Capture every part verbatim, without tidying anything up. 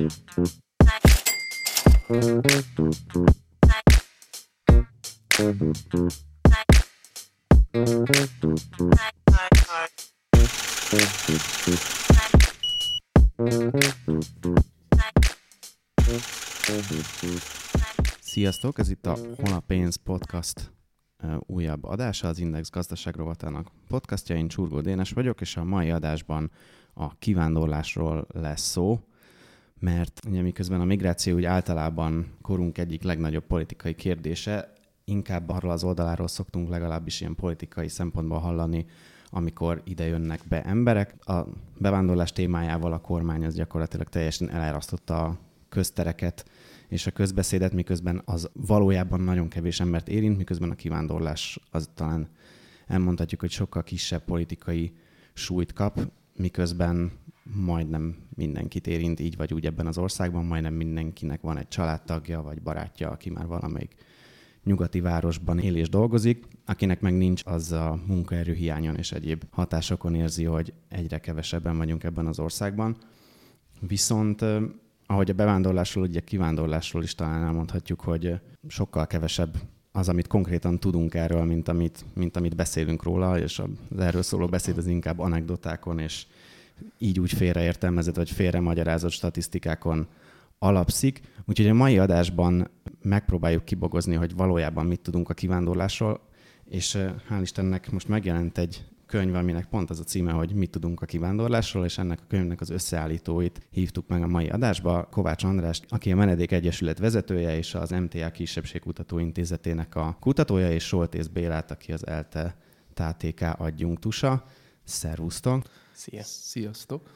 Sziasztok! Ez itt a Hol a pénz podcast újabb adása, az Index gazdaság rovatának podcastja. Én Csurgó Dénes vagyok, és a mai adásban a kivándorlásról lesz szó, mert ugye miközben a migráció úgy általában korunk egyik legnagyobb politikai kérdése, inkább arról az oldaláról szoktunk legalábbis ilyen politikai szempontból hallani, amikor ide jönnek be emberek. A bevándorlás témájával a kormány az gyakorlatilag teljesen elárasztotta a köztereket és a közbeszédet, miközben az valójában nagyon kevés embert érint, miközben a kivándorlás az talán elmondhatjuk, hogy sokkal kisebb politikai súlyt kap, miközben majdnem mindenkit érint így vagy úgy ebben az országban, majdnem mindenkinek van egy családtagja vagy barátja, aki már valamelyik nyugati városban él és dolgozik, akinek meg nincs, az a munkaerőhiányon és egyéb hatásokon érzi, hogy egyre kevesebben vagyunk ebben az országban. Viszont ahogy a bevándorlásról, ugye kivándorlásról is talán elmondhatjuk, hogy sokkal kevesebb az, amit konkrétan tudunk erről, mint amit, mint amit beszélünk róla, és az erről szóló beszéd az inkább anekdotákon, és így úgy félreértelmezett, vagy félremagyarázott statisztikákon alapszik. Úgyhogy a mai adásban megpróbáljuk kibogozni, hogy valójában mit tudunk a kivándorlásról, és hál' Istennek most megjelent egy könyv, aminek pont az a címe, hogy mit tudunk a kivándorlásról, és ennek a könyvnek az összeállítóit hívtuk meg a mai adásba. Kovács Andrást, aki a Menedék Egyesület vezetője, és az em té á Kisebbségkutató Intézetének a kutatója, és Soltész Bélát, aki az ELTE té á té ká adjunktusa. Szervusztok! Szia. Sziasztok!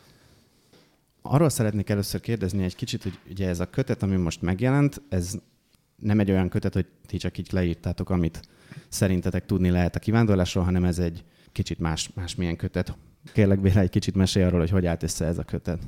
Arról szeretnék először kérdezni egy kicsit, hogy ugye ez a kötet, ami most megjelent, ez nem egy olyan kötet, hogy ti csak így leírtátok, amit szerintetek tudni lehet a kivándorlásról, hanem ez egy kicsit más, másmilyen kötet. Kérlek, Béla, egy kicsit mesélj arról, hogy hogy állt össze ez a kötet.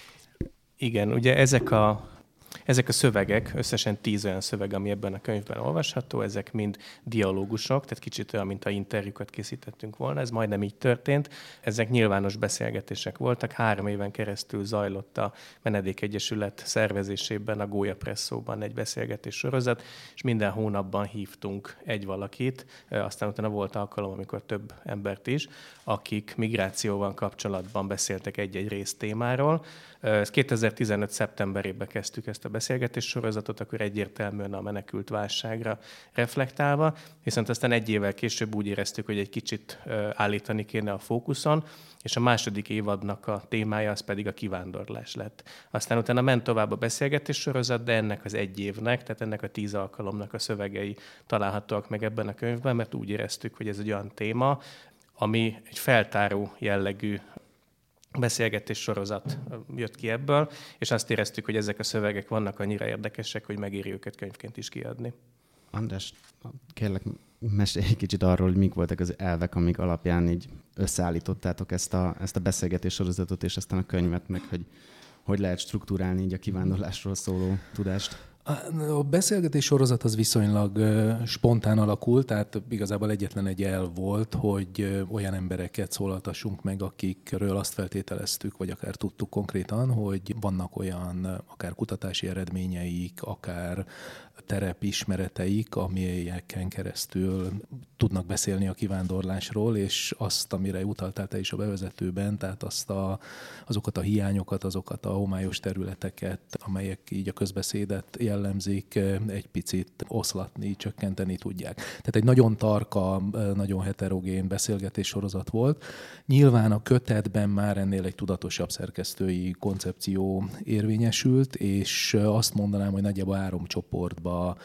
Igen, ugye ezek a, ezek a szövegek, összesen tíz olyan szöveg, ami ebben a könyvben olvasható, ezek mind dialógusok, tehát kicsit olyan, mint a interjúkat készítettünk volna, ez majdnem így történt. Ezek nyilvános beszélgetések voltak, három éven keresztül zajlott a Menedék Egyesület szervezésében, a Gólya Presszóban egy beszélgetés sorozat, és minden hónapban hívtunk egy valakit, aztán utána volt alkalom, amikor több embert is, akik migrációval kapcsolatban beszéltek egy-egy résztémáról. kétezer-tizenöt szeptemberében kezdtük ezt a beszélgetés sorozatot, akkor egyértelműen a menekült válságra reflektálva, viszont aztán egy évvel később úgy éreztük, hogy egy kicsit állítani kéne a fókuszon, és a második évadnak a témája az pedig a kivándorlás lett. Aztán utána ment tovább a beszélgetés sorozat, de ennek az egy évnek, tehát ennek a tíz alkalomnak a szövegei találhatóak meg ebben a könyvben, mert úgy éreztük, hogy ez egy olyan téma, ami egy feltáró jellegű beszélgetés sorozat jött ki ebből, és azt éreztük, hogy ezek a szövegek vannak annyira érdekesek, hogy megéri őket könyvként is kiadni. András, kérlek, mesélj egy kicsit arról, hogy mik voltak az elvek, amik alapján így összeállítottátok ezt a, ezt a beszélgetés sorozatot, és aztán a könyvet, meg hogy hogy lehet struktúrálni így a kivándorlásról szóló tudást. A beszélgetés sorozat az viszonylag spontán alakult, tehát igazából egyetlen egy elv volt, hogy olyan embereket szólaltassunk meg, akikről azt feltételeztük, vagy akár tudtuk konkrétan, hogy vannak olyan akár kutatási eredményeik, akár terepismereteik, amelyeken keresztül tudnak beszélni a kivándorlásról, és azt, amire utaltál te is a bevezetőben, tehát azt a, azokat a hiányokat, azokat a homályos területeket, amelyek így a közbeszédet jellemzik, egy picit oszlatni, csökkenteni tudják. Tehát egy nagyon tarka, nagyon heterogén beszélgetés sorozat volt. Nyilván a kötetben már ennél egy tudatosabb szerkesztői koncepció érvényesült, és azt mondanám, hogy nagyjából három csoportba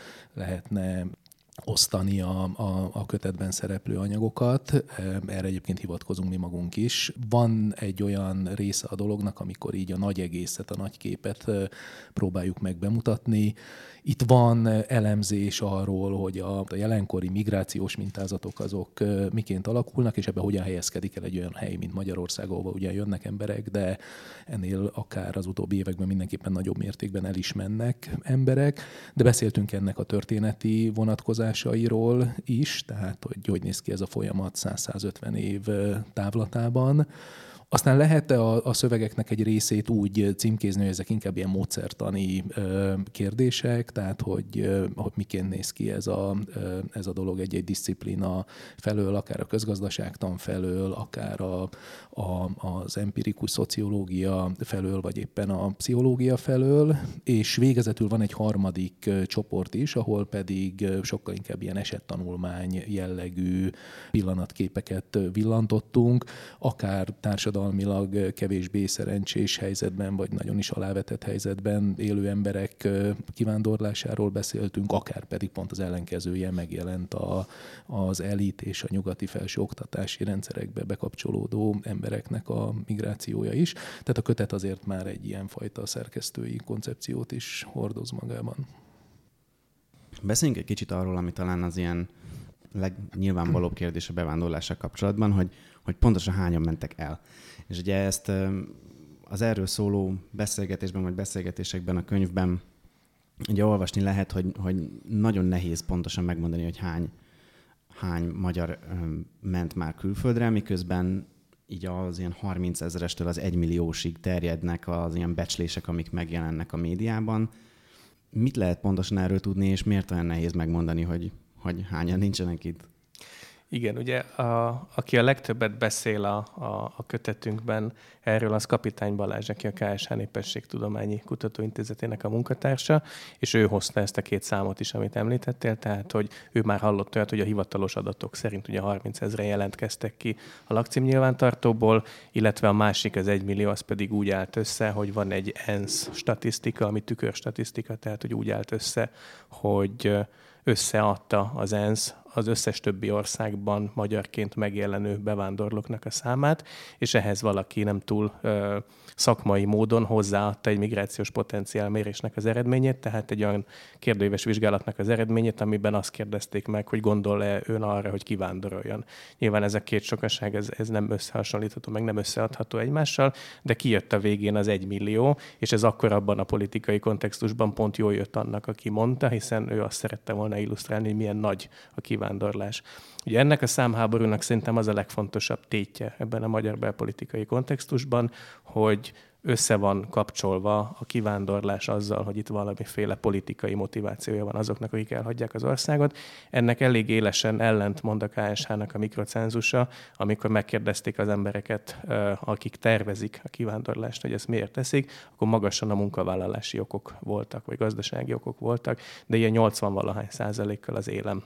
lehetne osztani a, a, a kötetben szereplő anyagokat. Erre egyébként hivatkozunk mi magunk is. Van egy olyan része a dolognak, amikor így a nagy egészet, a nagy képet próbáljuk meg bemutatni. Itt van elemzés arról, hogy a, a jelenkori migrációs mintázatok azok miként alakulnak, és ebben hogyan helyezkedik el egy olyan hely, mint Magyarország, ahova ugye jönnek emberek, de ennél akár az utóbbi években mindenképpen nagyobb mértékben el is mennek emberek. De beszéltünk ennek a történeti vonatkozásairól is, tehát hogy hogy néz ki ez a folyamat száz-százötven év távlatában. Aztán lehet a, a szövegeknek egy részét úgy címkézni, hogy ezek inkább ilyen módszertani ö, kérdések, tehát hogy, ö, hogy miként néz ki ez a, ö, ez a dolog egy-egy diszciplína felől, akár a közgazdaságtan felől, akár a, a, az empirikus szociológia felől, vagy éppen a pszichológia felől, és végezetül van egy harmadik csoport is, ahol pedig sokkal inkább ilyen esettanulmány jellegű pillanatképeket villantottunk, akár társadalmilag kevésbé szerencsés helyzetben, vagy nagyon is alávetett helyzetben élő emberek kivándorlásáról beszéltünk, akár pedig pont az ellenkezője megjelent a, az elit és a nyugati felsőoktatási rendszerekbe bekapcsolódó embereknek a migrációja is. Tehát a kötet azért már egy ilyenfajta szerkesztői koncepciót is hordoz magában. Beszéljünk egy kicsit arról, ami talán az ilyen legnyilvánvalóbb kérdés a bevándorlással kapcsolatban, hogy, hogy pontosan hányan mentek el. És ugye ezt az erről szóló beszélgetésben, vagy beszélgetésekben a könyvben ugye olvasni lehet, hogy, hogy nagyon nehéz pontosan megmondani, hogy hány, hány magyar ment már külföldre, miközben így az ilyen harmincezrestől az egymilliósig terjednek az ilyen becslések, amik megjelennek a médiában. Mit lehet pontosan erről tudni, és miért olyan nehéz megmondani, hogy, hogy hányan nincsenek itt? Igen, ugye a, aki a legtöbbet beszél a, a, a kötetünkben erről, az Kapitány Balázs, aki a ká es há Népességtudományi Kutatóintézetének a munkatársa, és ő hozta ezt a két számot is, amit említettél, tehát hogy ő már hallott olyat, hogy a hivatalos adatok szerint ugye harmincezren jelentkeztek ki a lakcímnyilvántartóból, illetve a másik, az egymillió, az pedig úgy állt össze, hogy van egy ENSZ statisztika, ami tükörstatisztika, tehát hogy úgy állt össze, hogy összeadta az ENSZ az összes többi országban magyarként megjelenő bevándorlóknak a számát, és ehhez valaki nem túl ö, szakmai módon hozzáadta egy migrációs potenciálmérésnek az eredményét, tehát egy olyan kérdőíves vizsgálatnak az eredményét, amiben azt kérdezték meg, hogy gondol-e ön arra, hogy kivándoroljon. Nyilván ez a két sokaság, ez, ez nem összehasonlítható, meg nem összeadható egymással, de kijött a végén az egymillió, és ez akkor abban a politikai kontextusban pont jól jött annak, aki mondta, hiszen ő azt szerette volna illusztrálni, hogy milyen nagy a kivándorlás. Ugye ennek a számháborúnak szerintem az a legfontosabb tétje ebben a magyar belpolitikai kontextusban, hogy össze van kapcsolva a kivándorlás azzal, hogy itt valamiféle politikai motivációja van azoknak, akik elhagyják az országot. Ennek elég élesen ellentmond a ká es há-nak a mikrocenzusa, amikor megkérdezték az embereket, akik tervezik a kivándorlást, hogy ezt miért teszik, akkor magasan a munkavállalási okok voltak, vagy gazdasági okok voltak, de ilyen nyolcvan-valahány százalékkal az élem.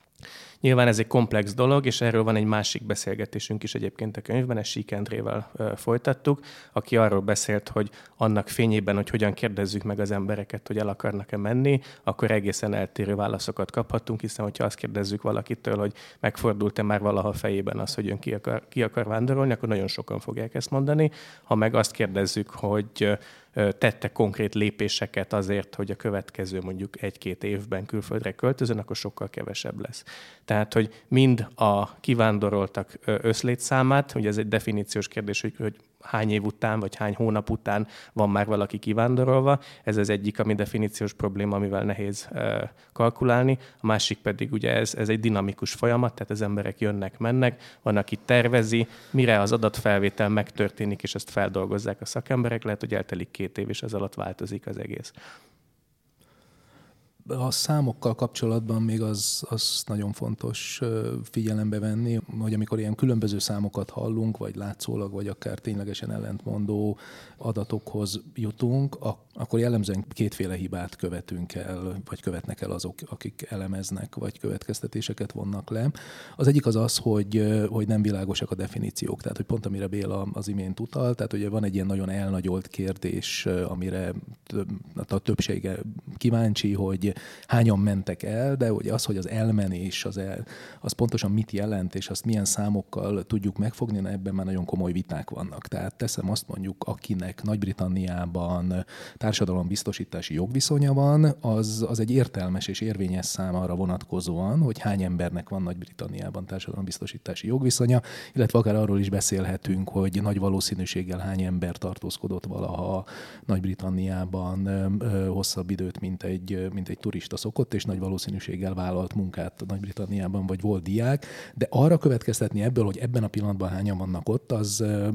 Nyilván ez egy komplex dolog, és erről van egy másik beszélgetésünk is egyébként a könyvben, ezt Sík Endrével folytattuk, aki arról beszélt, hogy annak fényében, hogy hogyan kérdezzük meg az embereket, hogy el akarnak-e menni, akkor egészen eltérő válaszokat kaphatunk, hiszen hogyha azt kérdezzük valakitől, hogy megfordult-e már valaha fejében az, hogy ön ki akar, ki akar vándorolni, akkor nagyon sokan fogják ezt mondani. Ha meg azt kérdezzük, hogy tette konkrét lépéseket azért, hogy a következő mondjuk egy-két évben külföldre költözön, akkor sokkal kevesebb lesz. Tehát, hogy mind a kivándoroltak összlétszámát, ugye ez egy definíciós kérdés, hogy, hogy hány év után, vagy hány hónap után van már valaki kivándorolva. Ez az egyik, ami definíciós probléma, amivel nehéz uh, kalkulálni. A másik pedig ugye ez, ez egy dinamikus folyamat, tehát az emberek jönnek, mennek, van, aki tervezi, mire az adatfelvétel megtörténik, és ezt feldolgozzák a szakemberek, lehet, hogy eltelik két év, és ez alatt változik az egész. A számokkal kapcsolatban még az, az nagyon fontos figyelembe venni, hogy amikor ilyen különböző számokat hallunk, vagy látszólag, vagy akár ténylegesen ellentmondó adatokhoz jutunk, akkor jellemzően kétféle hibát követünk el, vagy követnek el azok, akik elemeznek, vagy következtetéseket vonnak le. Az egyik az az, hogy, hogy nem világosak a definíciók, tehát hogy pont amire Béla az imént utal, tehát ugye van egy ilyen nagyon elnagyolt kérdés, amire a többsége kíváncsi, hogy hányan mentek el, de ugye az, hogy az elmenés, az, el, az pontosan mit jelent, és azt milyen számokkal tudjuk megfogni, na ebben már nagyon komoly viták vannak. Tehát teszem azt mondjuk, akinek Nagy-Britanniában társadalombiztosítási jogviszonya van, az, az egy értelmes és érvényes szám arra vonatkozóan, hogy hány embernek van Nagy-Britanniában társadalombiztosítási jogviszonya, illetve akár arról is beszélhetünk, hogy nagy valószínűséggel hány ember tartózkodott valaha Nagy-Britanniában hosszabb időt, mint egy, mint egy turista szokott, és nagy valószínűséggel vállalt munkát Nagy-Britanniában, vagy volt diák, de arra következtetni ebből, hogy ebben a pillanatban hányan vannak ott, az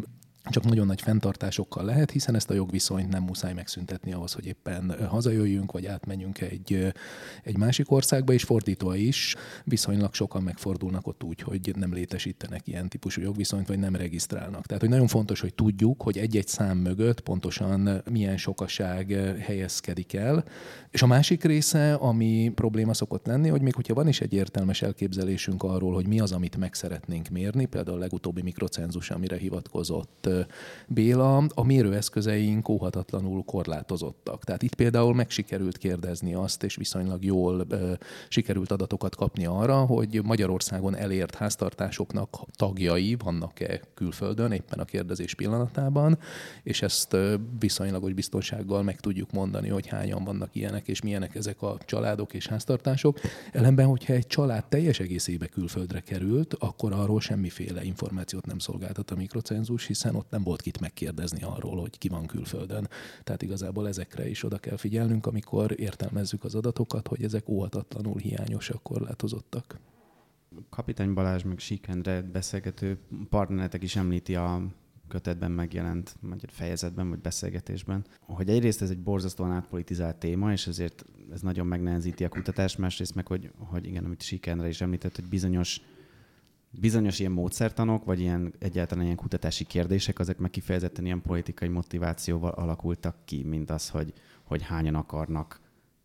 csak nagyon nagy fenntartásokkal lehet, hiszen ezt a jogviszonyt nem muszáj megszüntetni ahhoz, hogy éppen hazajöjjünk, vagy átmenjünk egy, egy másik országba, és fordítva is viszonylag sokan megfordulnak ott úgy, hogy nem létesítenek ilyen típusú jogviszonyt, vagy nem regisztrálnak. Tehát, hogy nagyon fontos, hogy tudjuk, hogy egy-egy szám mögött pontosan milyen sokaság helyezkedik el. És a másik része, ami probléma szokott lenni, hogy még hogyha van is egy értelmes elképzelésünk arról, hogy mi az, amit meg szeretnénk mérni, például a legutóbbi mikrocenzus, amire hivatkozott Béla, a mérőeszközeink óhatatlanul korlátozottak. Tehát itt például meg sikerült kérdezni azt, és viszonylag jól e, sikerült adatokat kapni arra, hogy Magyarországon elért háztartásoknak tagjai vannak-e külföldön éppen a kérdezés pillanatában, és ezt e, viszonylagos biztonsággal meg tudjuk mondani, hogy hányan vannak ilyenek, és milyenek ezek a családok és háztartások. Ellenben, hogyha egy család teljes egészébe külföldre került, akkor arról semmiféle információt nem szolgáltat a mikrocenzus, hiszen ott nem volt kit megkérdezni arról, hogy ki van külföldön. Tehát igazából ezekre is oda kell figyelnünk, amikor értelmezzük az adatokat, hogy ezek óhatatlanul hiányosak, korlátozottak. Kapitány Balázs meg Sík Endre beszélgető partneretek is említi a kötetben megjelent, vagy fejezetben, vagy beszélgetésben, hogy egyrészt ez egy borzasztóan átpolitizált téma, és ezért ez nagyon megnehezíti a kutatást, másrészt meg, hogy, hogy igen, amit Sík Endre is említett, hogy bizonyos Bizonyos ilyen módszertanok, vagy ilyen, egyáltalán ilyen kutatási kérdések, azok meg kifejezetten ilyen politikai motivációval alakultak ki, mint az, hogy, hogy hányan akarnak,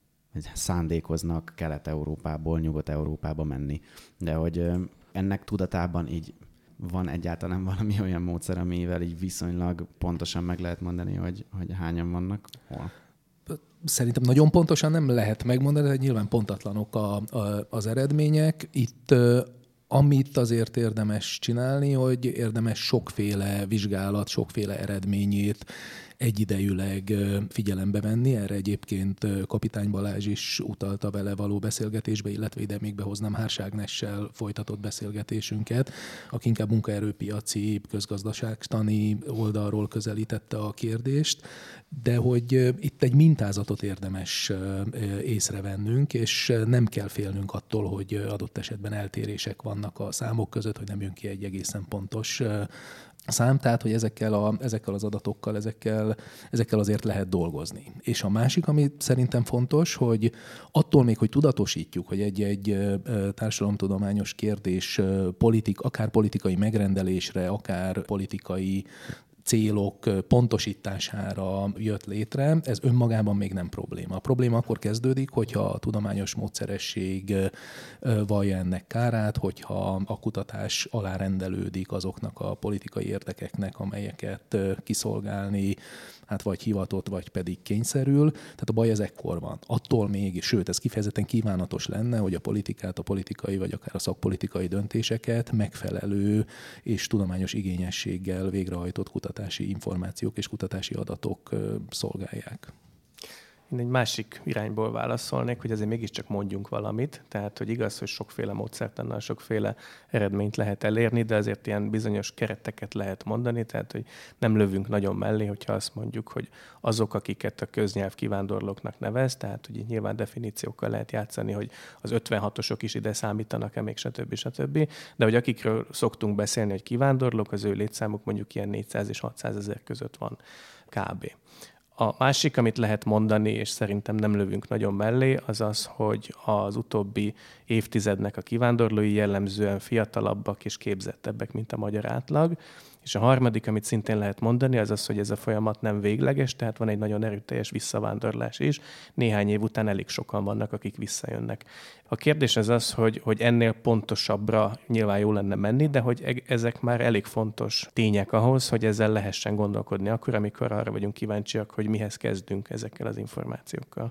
szándékoznak Kelet-Európából Nyugat-Európába menni. De hogy ennek tudatában így van egyáltalán valami olyan módszer, amivel így viszonylag pontosan meg lehet mondani, hogy, hogy hányan vannak, hol? Szerintem nagyon pontosan nem lehet megmondani, de nyilván pontatlanok a, a, az eredmények. Itt amit azért érdemes csinálni, hogy érdemes sokféle vizsgálat, sokféle eredményét egyidejűleg figyelembe venni. Erre egyébként Kapitány Balázs is utalta vele való beszélgetésbe, illetve ide még behoznám Hárs Ágnessel folytatott beszélgetésünket, aki inkább munkaerőpiaci, közgazdaságtani oldalról közelítette a kérdést, de hogy itt egy mintázatot érdemes észrevennünk, és nem kell félnünk attól, hogy adott esetben eltérések vannak a számok között, hogy nem jön ki egy egészen pontos szám, tehát, hogy ezekkel, a, ezekkel az adatokkal, ezekkel, ezekkel azért lehet dolgozni. És a másik, ami szerintem fontos, hogy attól még, hogy tudatosítjuk, hogy egy-egy társadalomtudományos kérdés politik, akár politikai megrendelésre, akár politikai célok pontosítására jött létre, ez önmagában még nem probléma. A probléma akkor kezdődik, hogyha a tudományos módszeresség vallja ennek kárát, hogyha a kutatás alárendelődik azoknak a politikai érdekeknek, amelyeket kiszolgálni, hát vagy hivatott, vagy pedig kényszerül. Tehát a baj ez ekkor van. Attól még, sőt, ez kifejezetten kívánatos lenne, hogy a politikát, a politikai, vagy akár a szakpolitikai döntéseket megfelelő és tudományos igényességgel végrehajtott kutatási információk és kutatási adatok szolgálják. Én egy másik irányból válaszolnék, hogy azért mégiscsak mondjunk valamit. Tehát, hogy igaz, hogy sokféle módszertannal sokféle eredményt lehet elérni, de azért ilyen bizonyos kereteket lehet mondani, tehát, hogy nem lövünk nagyon mellé, hogyha azt mondjuk, hogy azok, akiket a köznyelv kivándorlóknak nevez, tehát, hogy így nyilván definíciókkal lehet játszani, hogy az ötvenhatosok is ide számítanak-e, még stb. stb. De hogy akikről szoktunk beszélni, hogy kivándorlók, az ő létszámuk mondjuk ilyen négyszáz és hatszázezer között van kb. A másik, amit lehet mondani, és szerintem nem lövünk nagyon mellé, az az, hogy az utóbbi évtizednek a kivándorlói jellemzően fiatalabbak és képzettebbek, mint a magyar átlag. És a harmadik, amit szintén lehet mondani, az az, hogy ez a folyamat nem végleges, tehát van egy nagyon erőteljes visszavándorlás is. Néhány év után elég sokan vannak, akik visszajönnek. A kérdés az az, hogy, hogy ennél pontosabbra nyilván jó lenne menni, de hogy ezek már elég fontos tények ahhoz, hogy ezzel lehessen gondolkodni akkor, amikor arra vagyunk kíváncsiak, hogy mihez kezdünk ezekkel az információkkal.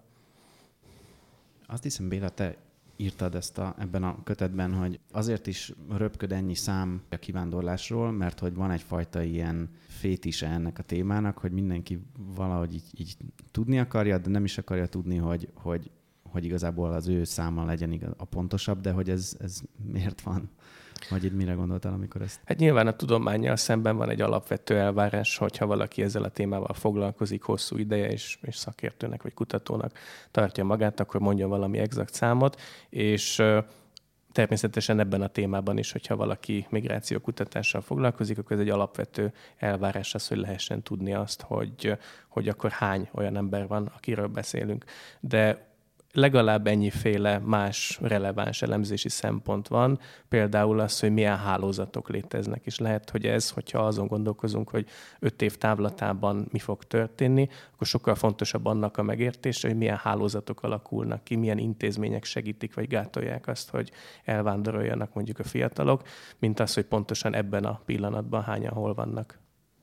Azt hiszem, Béla, te írtad ezt a, ebben a kötetben, hogy azért is röpköd ennyi szám a kivándorlásról, mert hogy van egyfajta ilyen fétise ennek a témának, hogy mindenki valahogy így, így tudni akarja, de nem is akarja tudni, hogy, hogy, hogy igazából az ő száma legyen a pontosabb, de hogy ez, ez miért van? Vagy itt mire gondoltál, amikor ezt... Hát nyilván a tudománnyal szemben van egy alapvető elvárás, hogyha valaki ezzel a témával foglalkozik hosszú ideje, és, és szakértőnek vagy kutatónak tartja magát, akkor mondjon valami exakt számot, és természetesen ebben a témában is, hogyha valaki migrációkutatással foglalkozik, akkor ez egy alapvető elvárás az, hogy lehessen tudni azt, hogy, hogy akkor hány olyan ember van, akiről beszélünk. De legalább ennyiféle más releváns elemzési szempont van, például az, hogy milyen hálózatok léteznek, és lehet, hogy ez, hogyha azon gondolkozunk, hogy öt év távlatában mi fog történni, akkor sokkal fontosabb annak a megértése, hogy milyen hálózatok alakulnak ki, milyen intézmények segítik, vagy gátolják azt, hogy elvándoroljanak mondjuk a fiatalok, mint az, hogy pontosan ebben a pillanatban hányan hol vannak.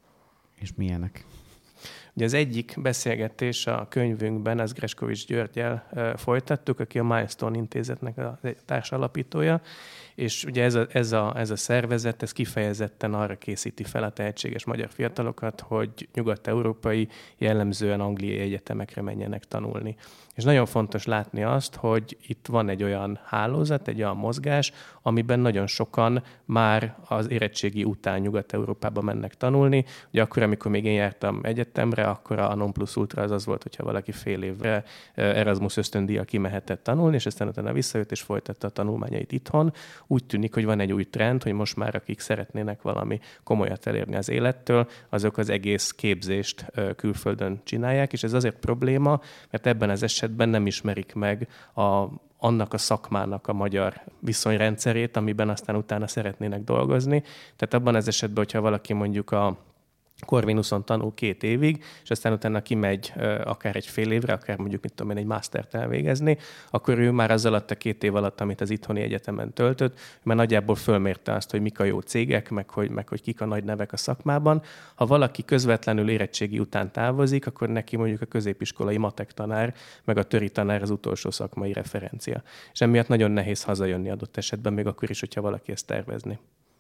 És milyenek? Ugye az egyik beszélgetés a könyvünkben, az Greskovics Györggyel folytattuk, aki a Milestone Intézetnek a társalapítója, és ugye ez a, ez, a, ez a szervezet, ez kifejezetten arra készíti fel a tehetséges magyar fiatalokat, hogy nyugat-európai, jellemzően angliai egyetemekre menjenek tanulni. És nagyon fontos látni azt, hogy itt van egy olyan hálózat, egy olyan mozgás, amiben nagyon sokan már az érettségi után Nyugat-Európába mennek tanulni. Ugye akkor, amikor még én jártam egyetemre, akkor a non plus ultra az az volt, hogyha valaki fél évre Erasmus ösztöndíjjal kimehetett tanulni, és aztán utána visszajött és folytatta a tanulmányait itthon. Úgy tűnik, hogy van egy új trend, hogy most már akik szeretnének valami komolyat elérni az élettől, azok az egész képzést külföldön csinálják, és ez azért probléma, mert ebben az esetben nem ismerik meg a, annak a szakmának a magyar viszonyrendszerét, amiben aztán utána szeretnének dolgozni. Tehát abban az esetben, hogyha valaki mondjuk a Corvinuson tanul két évig, és aztán utána kimegy akár egy fél évre, akár mondjuk, mit tudom én, egy mastert elvégezni, akkor ő már az alatt a két év alatt, amit az itthoni egyetemen töltött, már nagyjából fölmérte azt, hogy mik a jó cégek, meg hogy, meg hogy kik a nagy nevek a szakmában. Ha valaki közvetlenül érettségi után távozik, akkor neki mondjuk a középiskolai matek tanár, meg a töri tanár az utolsó szakmai referencia. És emiatt nagyon nehéz hazajönni adott esetben, még akkor is, hogyha valaki ezt tervezni.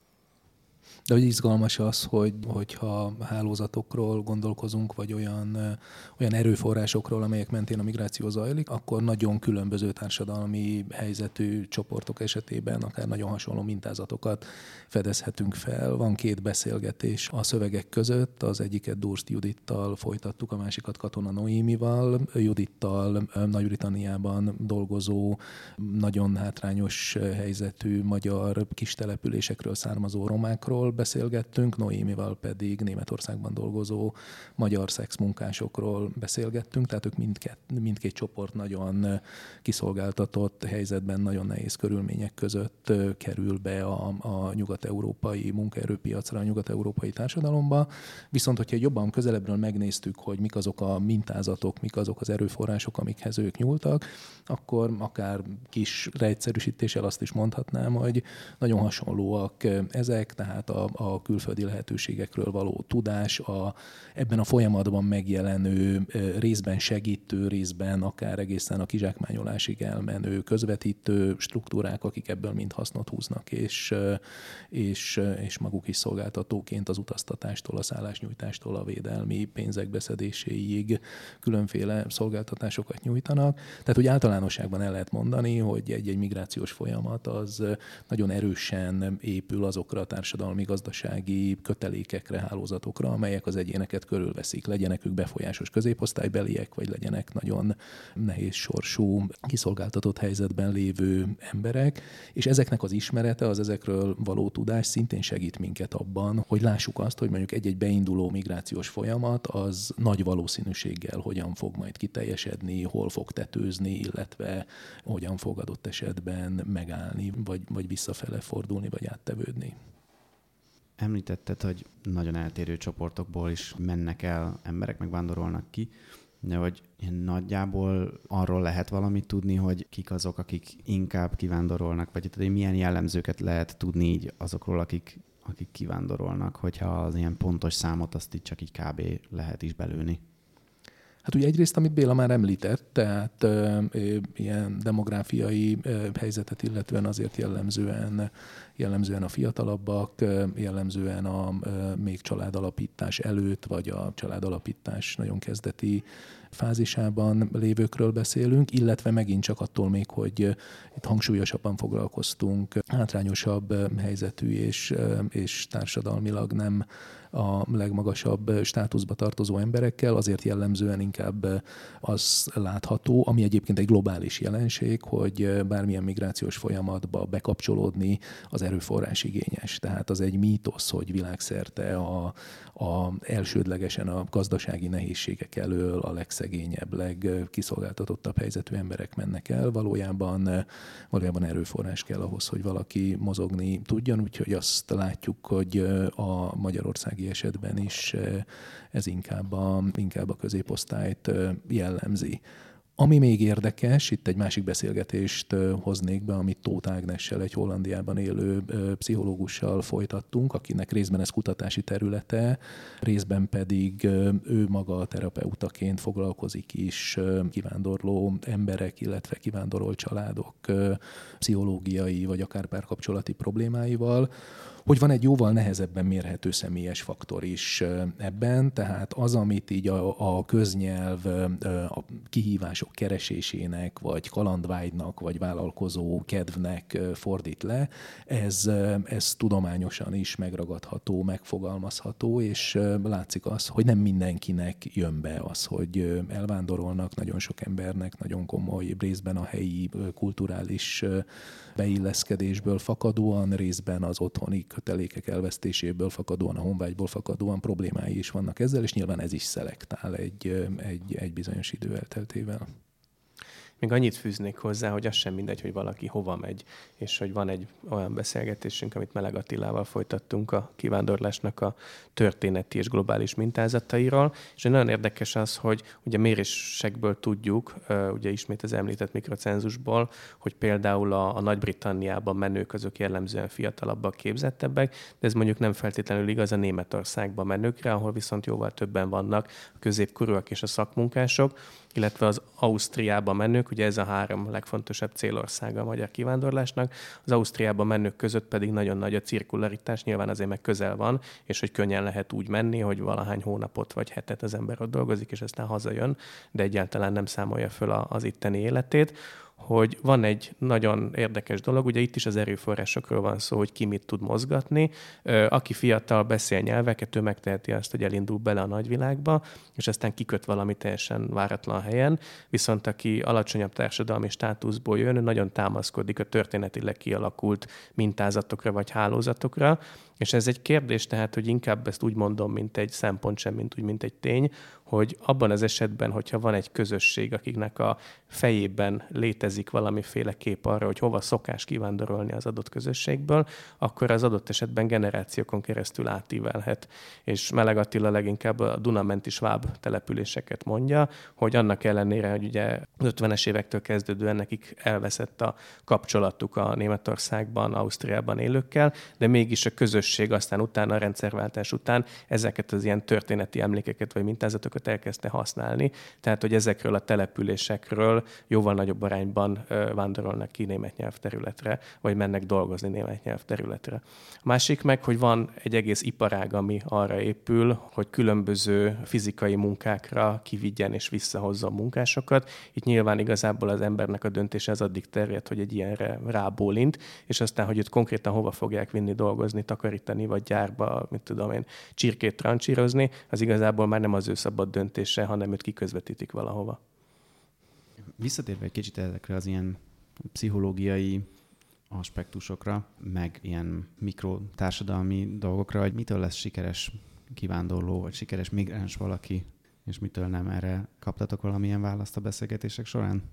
De hogy izgalmas az, hogy, hogyha hálózatokról gondolkozunk, vagy olyan, olyan erőforrásokról, amelyek mentén a migráció zajlik, akkor nagyon különböző társadalmi helyzetű csoportok esetében akár nagyon hasonló mintázatokat fedezhetünk fel. Van két beszélgetés a szövegek között, az egyiket Durst Judittal folytattuk, a másikat Katona Noémival. Judittal Nagy-Britanniában dolgozó, nagyon hátrányos helyzetű magyar kistelepülésekről származó romákról beszélgettünk, Noémival pedig Németországban dolgozó magyar szexmunkásokról beszélgettünk, tehát ők mindkét, mindkét csoport nagyon kiszolgáltatott helyzetben, nagyon nehéz körülmények között kerül be a, a nyugat-európai munkaerőpiacra, a nyugat-európai társadalomba. Viszont, hogyha jobban közelebbről megnéztük, hogy mik azok a mintázatok, mik azok az erőforrások, amikhez ők nyúltak, akkor akár kis leegyszerűsítéssel azt is mondhatnám, hogy nagyon hasonlóak ezek, tehát a, a külföldi lehetőségekről való tudás, a, ebben a folyamatban megjelenő, részben segítő, részben akár egészen a kizsákmányolásig elmenő közvetítő struktúrák, akik ebből mind hasznot húznak, és, és, és maguk is szolgáltatóként az utaztatástól, a szállásnyújtástól, a védelmi pénzek beszedéséig különféle szolgáltatásokat nyújtanak. Tehát, hogy általánosságban el lehet mondani, hogy egy-egy migrációs folyamat az nagyon erősen épül azokra a társadalmi, gazdasági kötelékekre, hálózatokra, amelyek az egyéneket körülveszik. Legyenek ők befolyásos középosztálybeliek, vagy legyenek nagyon nehéz sorsú, kiszolgáltatott helyzetben lévő emberek, és ezeknek az ismerete, az ezekről való tudás szintén segít minket abban, hogy lássuk azt, hogy mondjuk egy-egy beinduló migrációs folyamat az nagy valószínűséggel hogyan fog majd kiteljesedni, hol fog tetőzni, illetve hogyan fog adott esetben megállni, vagy, vagy visszafele fordulni, vagy áttevődni. Említetted, hogy nagyon eltérő csoportokból is mennek el emberek, meg vándorolnak ki, de hogy nagyjából arról lehet valamit tudni, hogy kik azok, akik inkább kivándorolnak, vagy hogy milyen jellemzőket lehet tudni így azokról, akik, akik kivándorolnak, hogyha az ilyen pontos számot azt így csak így kb. Lehet is belőni. Hát ugye egyrészt, amit Béla már említett, tehát ö, ö, ilyen demográfiai ö, helyzetet illetően azért jellemzően, jellemzően a fiatalabbak, ö, jellemzően a ö, még családalapítás előtt, vagy a családalapítás nagyon kezdeti fázisában lévőkről beszélünk, illetve megint csak attól még, hogy itt hangsúlyosabban foglalkoztunk hátrányosabb helyzetű és, és társadalmilag nem a legmagasabb státuszba tartozó emberekkel, azért jellemzően inkább az látható, ami egyébként egy globális jelenség, hogy bármilyen migrációs folyamatba bekapcsolódni az erőforrás igényes. Tehát az egy mítosz, hogy világszerte a, a elsődlegesen a gazdasági nehézségek elől a legszegényebb, legkiszolgáltatottabb helyzetű emberek mennek el. Valójában, valójában erőforrás kell ahhoz, hogy valaki mozogni tudjon, úgyhogy azt látjuk, hogy a magyarországi esetben is ez inkább a, inkább a középosztályt jellemzi. Ami még érdekes, itt egy másik beszélgetést hoznék be, amit Tóth Ágnessel, egy Hollandiában élő pszichológussal folytattunk, akinek részben ez kutatási területe, részben pedig ő maga terapeutaként foglalkozik is kivándorló emberek, illetve kivándorolt családok pszichológiai vagy akár párkapcsolati problémáival, hogy van egy jóval nehezebben mérhető személyes faktor is ebben, tehát az, amit így a, a köznyelv a kihívások keresésének, vagy kalandvágynak, vagy vállalkozó kedvnek fordít le, ez, ez tudományosan is megragadható, megfogalmazható, és látszik az, hogy nem mindenkinek jön be az, hogy elvándorolnak, nagyon sok embernek nagyon komoly részben a helyi kulturális beilleszkedésből fakadóan, részben az otthoni kötelékek elvesztéséből fakadóan, a honvágyból fakadóan problémái is vannak ezzel, és nyilván ez is szelektál egy, egy, egy bizonyos idő elteltével. Még annyit fűznék hozzá, hogy az sem mindegy, hogy valaki hova megy, és hogy van egy olyan beszélgetésünk, amit Meleg Attilával folytattunk a kivándorlásnak a történeti és globális mintázatairól, és nagyon érdekes az, hogy ugye mérésekből tudjuk, ugye ismét az említett mikrocenzusból, hogy például a, a Nagy-Britanniában menők azok jellemzően fiatalabbak, képzettebbek, de ez mondjuk nem feltétlenül igaz a Németországban menőkre, ahol viszont jóval többen vannak a középkorúak és a szakmunkások, illetve az Ausztriában menők, ugye ez a három legfontosabb célországa a magyar kivándorlásnak, az Ausztriában menők között pedig nagyon nagy a cirkularitás, nyilván azért meg közel van, és hogy könnyen lehet úgy menni, hogy valahány hónapot vagy hetet az ember ott dolgozik, és aztán hazajön, de egyáltalán nem számolja föl az itteni életét. Hogy van egy nagyon érdekes dolog, ugye itt is az erőforrásokról van szó, hogy ki mit tud mozgatni. Aki fiatal, beszél nyelveket, ő megteheti azt, hogy elindul bele a nagyvilágba, és aztán kiköt valami teljesen váratlan helyen, viszont aki alacsonyabb társadalmi státuszból jön, ő nagyon támaszkodik a történetileg kialakult mintázatokra vagy hálózatokra, és ez egy kérdés, tehát, hogy inkább ezt úgy mondom, mint egy szempont sem, mint úgy, mint egy tény, hogy abban az esetben, hogyha van egy közösség, akiknek a fejében létezik valamiféle kép arra, hogy hova szokás kivándorolni az adott közösségből, akkor az adott esetben generációkon keresztül átívelhet. És Meleg Attila leginkább a Dunamenti sváb településeket mondja, hogy annak ellenére, hogy ugye az ötvenes évektől kezdődően nekik elveszett a kapcsolatuk a Németországban, Ausztriában élőkkel, de mégis a közösség aztán utána, a rendszerváltás után ezeket az ilyen történeti emlékeket vagy mintázatokat elkezdte használni, tehát hogy ezekről a településekről jóval nagyobb arányban vándorolnak ki német nyelvterületre, vagy mennek dolgozni német nyelvterületre. A másik meg, hogy van egy egész iparág, ami arra épül, hogy különböző fizikai munkákra kivigyen és visszahozza a munkásokat. Itt nyilván igazából az embernek a döntése az addig terjed, hogy egy ilyenre rábólint, és aztán, hogy őt konkrétan hova fogják vinni dolgozni, takarítani, vagy gyárba, mit tudom én, csirkét trancsírozni, az igazából már nem az ő szabad döntése, hanem őt kiközvetítik valahova. Visszatérve egy kicsit ezekre az ilyen pszichológiai aspektusokra, meg ilyen mikrotársadalmi dolgokra, hogy mitől lesz sikeres kivándorló, vagy sikeres migráns valaki, és mitől nem, erre kaptatok valamilyen választ a beszélgetések során?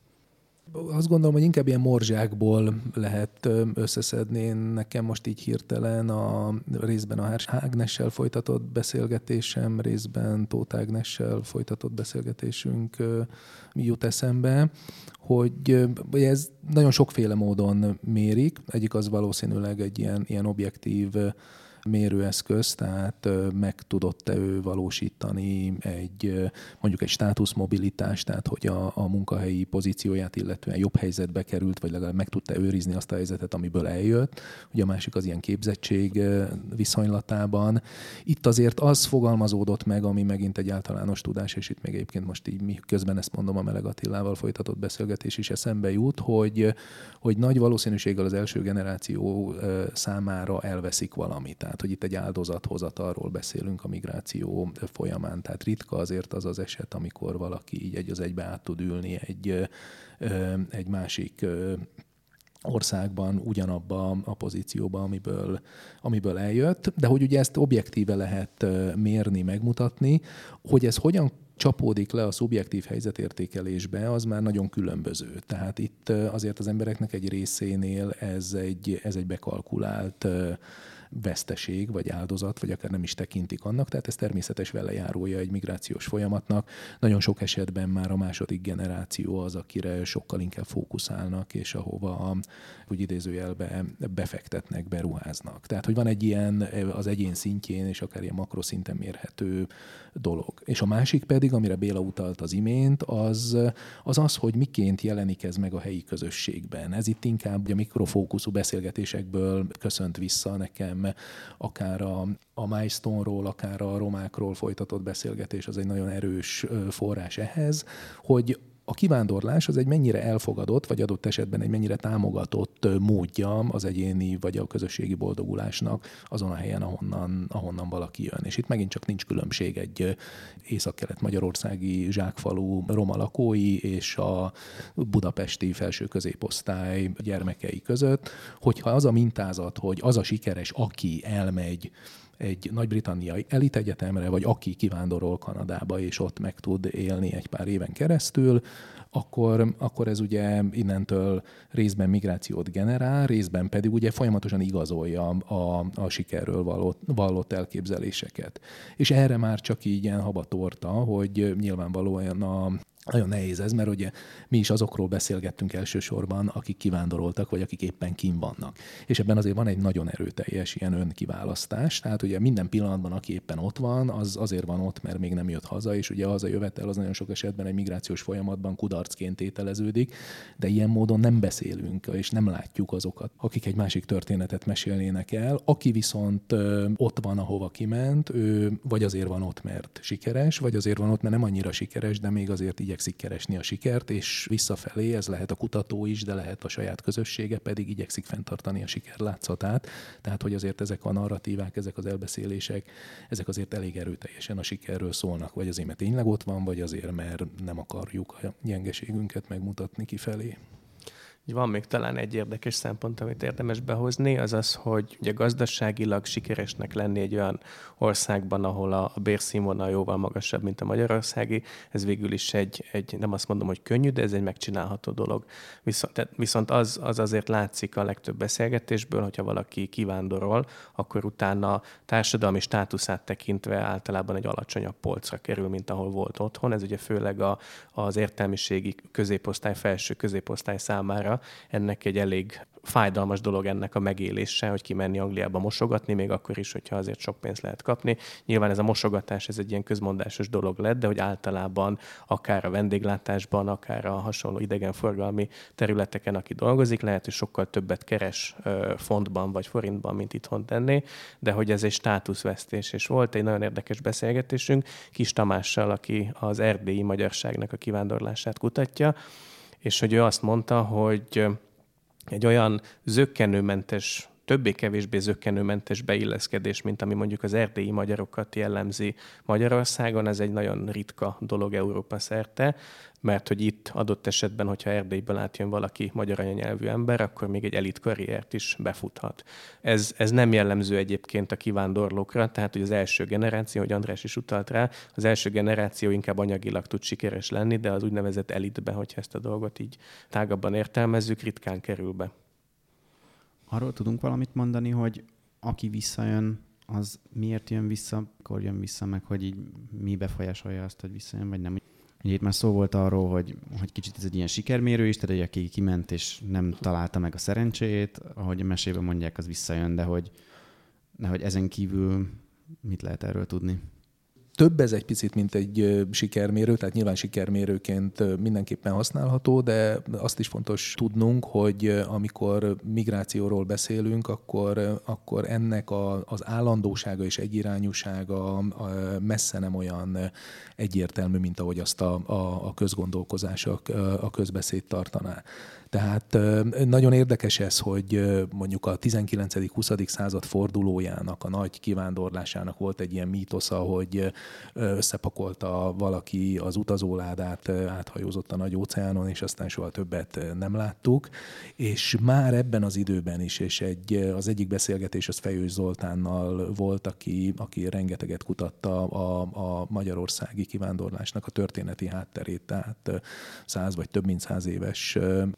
Azt gondolom, hogy inkább ilyen morzsákból lehet összeszedni. Nekem most így hirtelen a részben a Ágnessel folytatott beszélgetésem, részben Tóth Ágnessel folytatott beszélgetésünk jut eszembe, hogy ez nagyon sokféle módon mérik. Egyik az valószínűleg egy ilyen, ilyen objektív mérőeszköz, tehát meg tudott-e ő valósítani egy mondjuk egy státuszmobilitást, tehát hogy a, a munkahelyi pozícióját illetően jobb helyzetbe került, vagy legalább meg tudta őrizni azt a helyzetet, amiből eljött. Ugye a másik az ilyen képzettség viszonylatában. Itt azért az fogalmazódott meg, ami megint egy általános tudás, és itt még egyébként most így közben ezt mondom, a Meleg Attilával folytatott beszélgetés is eszembe jut, hogy, hogy nagy valószínűséggel az első generáció számára elveszik valamit. Tehát, hogy itt egy áldozathozatalról beszélünk a migráció folyamán. Tehát ritka azért az az eset, amikor valaki így egy az egybe át tud ülni egy, egy másik országban ugyanabba a pozícióba, amiből, amiből eljött, de hogy ugye ezt objektíve lehet mérni, megmutatni, hogy ez hogyan csapódik le a szubjektív helyzetértékelésbe, az már nagyon különböző. Tehát itt azért az embereknek egy részénél ez egy, ez egy bekalkulált veszteség, vagy áldozat, vagy akár nem is tekintik annak, tehát ez természetes velejárója egy migrációs folyamatnak. Nagyon sok esetben már a második generáció az, akire sokkal inkább fókuszálnak, és ahova úgy idézőjelbe befektetnek, beruháznak. Tehát, hogy van egy ilyen az egyén szintjén, és akár ilyen makroszinten mérhető dolog. És a másik pedig, amire Béla utalt az imént, az az, az hogy miként jelenik ez meg a helyi közösségben. Ez itt inkább a mikrofókuszú beszélgetésekből köszönt vissza nekem, akár a, a Milestone-ról, akár a romákról folytatott beszélgetés, az egy nagyon erős forrás ehhez, hogy a kivándorlás az egy mennyire elfogadott, vagy adott esetben egy mennyire támogatott módja az egyéni vagy a közösségi boldogulásnak azon a helyen, ahonnan, ahonnan valaki jön. És itt megint csak nincs különbség egy észak-kelet-magyarországi zsákfalu roma lakói és a budapesti felső középosztály gyermekei között, hogyha az a mintázat, hogy az a sikeres, aki elmegy egy nagy-britanniai elitegyetemre, vagy aki kivándorol Kanadába, és ott meg tud élni egy pár éven keresztül, akkor, akkor ez ugye innentől részben migrációt generál, részben pedig ugye folyamatosan igazolja a, a sikerről vallott, vallott elképzeléseket. És erre már csak így ilyen habatorta, hogy nyilvánvalóan a nagyon nehéz ez, mert ugye mi is azokról beszélgettünk elsősorban, akik kivándoroltak, vagy akik éppen kint vannak. És ebben azért van egy nagyon erőteljes ilyen önkiválasztás. Tehát ugye minden pillanatban, aki éppen ott van, az azért van ott, mert még nem jött haza, és ugye a hazajövetel az nagyon sok esetben egy migrációs folyamatban kudarcként tételeződik, de ilyen módon nem beszélünk, és nem látjuk azokat, akik egy másik történetet mesélnének el. Aki viszont ö, ott van, ahova kiment, ő vagy azért van ott, mert sikeres, vagy azért van ott, mert nem annyira sikeres, de még azért így igyekszik keresni a sikert, és visszafelé, ez lehet a kutató is, de lehet a saját közössége, pedig igyekszik fenntartani a siker látszatát. Tehát, hogy azért ezek a narratívák, ezek az elbeszélések, ezek azért elég erőteljesen a sikerről szólnak, vagy azért, mert tényleg ott van, vagy azért, mert nem akarjuk a gyengeségünket megmutatni kifelé. Van még talán egy érdekes szempont, amit érdemes behozni, az az, hogy ugye gazdaságilag sikeresnek lenni egy olyan országban, ahol a bérszínvonal jóval magasabb, mint a magyarországi, ez végül is egy, egy nem azt mondom, hogy könnyű, de ez egy megcsinálható dolog. Viszont, viszont az, az azért látszik a legtöbb beszélgetésből, hogyha valaki kivándorol, akkor utána társadalmi státuszát tekintve általában egy alacsonyabb polcra kerül, mint ahol volt otthon. Ez ugye főleg a, az értelmiségi középosztály, felső középosztály számára ennek egy elég fájdalmas dolog ennek a megélése, hogy kimenni Angliába mosogatni, még akkor is, hogyha azért sok pénzt lehet kapni. Nyilván ez a mosogatás, ez egy ilyen közmondásos dolog lett, de hogy általában akár a vendéglátásban, akár a hasonló idegenforgalmi területeken, aki dolgozik, lehet, hogy sokkal többet keres fontban vagy forintban, mint itthon tenné, de hogy ez egy státuszvesztés. És volt egy nagyon érdekes beszélgetésünk Kis Tamással, aki az erdélyi magyarságnak a kivándorlását kutatja, és hogy ő azt mondta, hogy egy olyan zökkenőmentes, többé-kevésbé zökkenőmentes beilleszkedés, mint ami mondjuk az erdélyi magyarokat jellemzi Magyarországon, ez egy nagyon ritka dolog Európa szerte, mert hogy itt adott esetben, hogyha Erdélyből átjön valaki magyar anyanyelvű ember, akkor még egy elit karriert is befuthat. Ez, ez nem jellemző egyébként a kivándorlókra, tehát hogy az első generáció, hogy András is utalt rá, az első generáció inkább anyagilag tud sikeres lenni, de az úgynevezett elitbe, hogyha ezt a dolgot így tágabban értelmezzük, ritkán kerül be. Arról tudunk valamit mondani, hogy aki visszajön, az miért jön vissza, akkor jön vissza, meg hogy így mi befolyásolja azt, hogy visszajön, vagy nem. Ugye itt már szó volt arról, hogy, hogy kicsit ez egy ilyen sikermérő is, tehát hogy aki kiment és nem találta meg a szerencséjét, ahogy a mesében mondják, az visszajön, de hogy, de hogy ezen kívül mit lehet erről tudni? több ez egy picit, mint egy sikermérő, tehát nyilván sikermérőként mindenképpen használható, de azt is fontos tudnunk, hogy amikor migrációról beszélünk, akkor, akkor ennek a, az állandósága és egyirányúsága messze nem olyan egyértelmű, mint ahogy azt a, a, a közgondolkozás, a, a közbeszéd tartaná. Tehát nagyon érdekes ez, hogy mondjuk a tizenkilencedik-huszadik század fordulójának, a nagy kivándorlásának volt egy ilyen mítosza, hogy összepakolta valaki az utazóládát, áthajózott a nagy óceánon, és aztán soha többet nem láttuk. És már ebben az időben is, és egy, az egyik beszélgetés az Fejős Zoltánnal volt, aki, aki rengeteget kutatta a, a magyarországi kivándorlásnak a történeti hátterét, tehát száz vagy több mint száz éves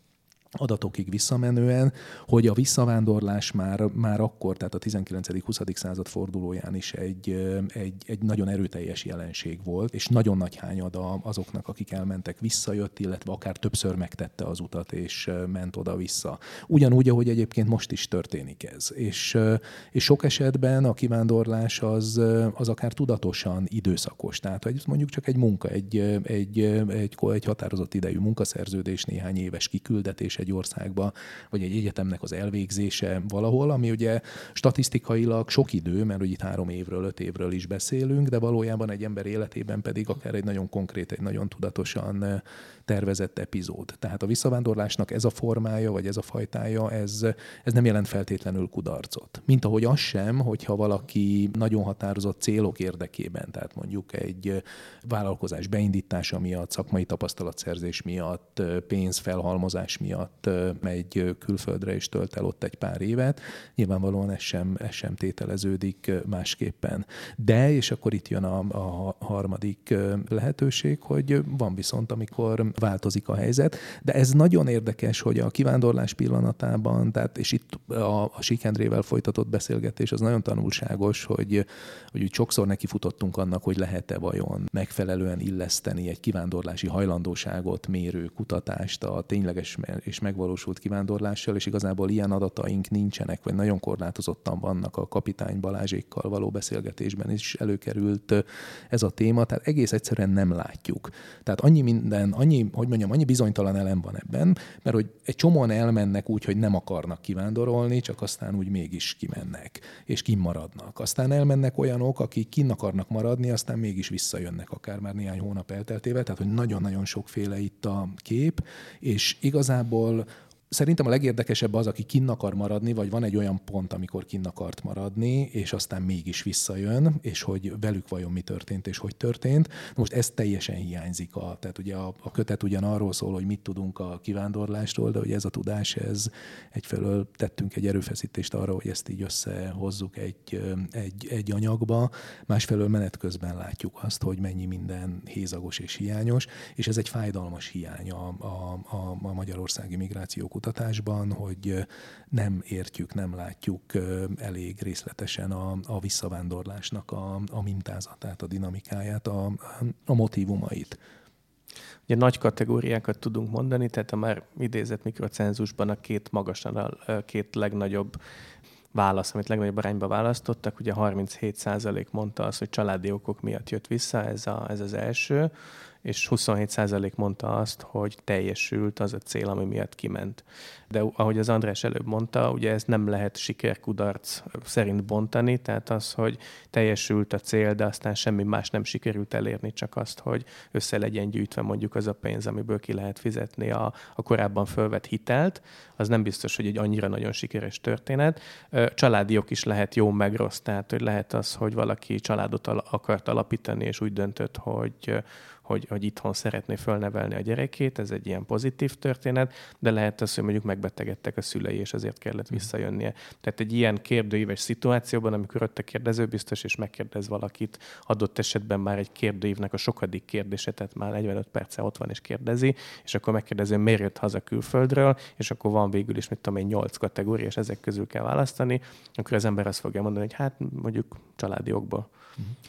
adatokig visszamenően, hogy a visszavándorlás már, már akkor, tehát a tizenkilencedik-huszadik század fordulóján is egy, egy, egy nagyon erőteljes jelenség volt, és nagyon nagy hányada azoknak, akik elmentek, visszajött, illetve akár többször megtette az utat, és ment oda-vissza. Ugyanúgy, ahogy egyébként most is történik ez. És, és sok esetben a kivándorlás az, az akár tudatosan időszakos. Tehát, hogy mondjuk csak egy munka, egy, egy, egy, egy határozott idejű munkaszerződés, néhány éves kiküldetés egy országba, vagy egy egyetemnek az elvégzése valahol, ami ugye statisztikailag sok idő, mert ugye itt három évről, öt évről is beszélünk, de valójában egy ember életében pedig akár egy nagyon konkrét, egy nagyon tudatosan tervezett epizód. Tehát a visszavándorlásnak ez a formája, vagy ez a fajtája, ez, ez nem jelent feltétlenül kudarcot. Mint ahogy az sem, hogyha valaki nagyon határozott célok érdekében, tehát mondjuk egy vállalkozás beindítása miatt, szakmai tapasztalatszerzés miatt, pénzfelhalmozás miatt megy külföldre és tölt el ott egy pár évet. Nyilvánvalóan ez sem, ez sem tételeződik másképpen. De, és akkor itt jön a, a harmadik lehetőség, hogy van viszont, amikor változik a helyzet, de ez nagyon érdekes, hogy a kivándorlás pillanatában, tehát, és itt a, a Sík Endrével folytatott beszélgetés az nagyon tanulságos, hogy, hogy úgy sokszor nekifutottunk annak, hogy lehet-e vajon megfelelően illeszteni egy kivándorlási hajlandóságot mérő kutatást a tényleges és megvalósult kivándorlással, és igazából ilyen adataink nincsenek, vagy nagyon korlátozottan vannak. A kapitány Balázsékkal való beszélgetésben is előkerült ez a téma, tehát egész egyszerűen nem látjuk. Tehát annyi minden, annyi, hogy mondjam, annyi bizonytalan elem van ebben, mert hogy egy csomóan elmennek úgy, hogy nem akarnak kivándorolni, csak aztán úgy mégis kimennek, és kimaradnak. Aztán elmennek olyanok, akik kinn akarnak maradni, aztán mégis visszajönnek, akár már néhány hónap elteltével, tehát hogy nagyon-nagyon sokféle itt a kép, és igazából szerintem a legérdekesebb az, aki kinn akar maradni, vagy van egy olyan pont, amikor kinn akart maradni, és aztán mégis visszajön, és hogy velük vajon mi történt, és hogy történt. Most ez teljesen hiányzik. A, tehát ugye a, a kötet ugyan arról szól, hogy mit tudunk a kivándorlásról, de hogy ez a tudás, ez egyfelől tettünk egy erőfeszítést arra, hogy ezt így összehozzuk egy, egy, egy anyagba, másfelől menet közben látjuk azt, hogy mennyi minden hézagos és hiányos, és ez egy fájdalmas hiány a, a, a, a magyarországi migráció kutatásban, hogy nem értjük, nem látjuk elég részletesen a, a visszavándorlásnak a, a mintázatát, a dinamikáját, a, a motívumait. Ugye nagy kategóriákat tudunk mondani, tehát a már idézett mikrocenzusban a két magasan, a két legnagyobb válasz, amit legnagyobb arányba választottak, ugye harminchét százalék mondta azt, hogy családi okok miatt jött vissza, ez, a, ez az első, és huszonhét százalék mondta azt, hogy teljesült az a cél, ami miatt kiment. De ahogy az András előbb mondta, ugye ez nem lehet siker-kudarc szerint bontani, tehát az, hogy teljesült a cél, de aztán semmi más nem sikerült elérni, csak azt, hogy össze legyen gyűjtve mondjuk az a pénz, amiből ki lehet fizetni a, a korábban fölvett hitelt, az nem biztos, hogy egy annyira nagyon sikeres történet. Családi ok is lehet jó meg rossz, tehát hogy lehet az, hogy valaki családot al- akart alapítani, és úgy döntött, hogy Hogy, hogy itthon szeretné fölnevelni a gyerekét, ez egy ilyen pozitív történet, de lehet az, hogy mondjuk megbetegedtek a szülei, és azért kellett visszajönnie. Tehát egy ilyen kérdőíves szituációban, amikor ott a kérdezőbiztos, és megkérdez valakit, adott esetben már egy kérdőívnek a sokadik kérdése, tehát már negyvenöt perce ott van és kérdezi, és akkor megkérdezi, miért jött haza külföldről, és akkor van végül is, mit tudom én, nyolc kategória, és ezek közül kell választani, akkor az ember azt fogja mondani, hogy hát mondjuk családi okból.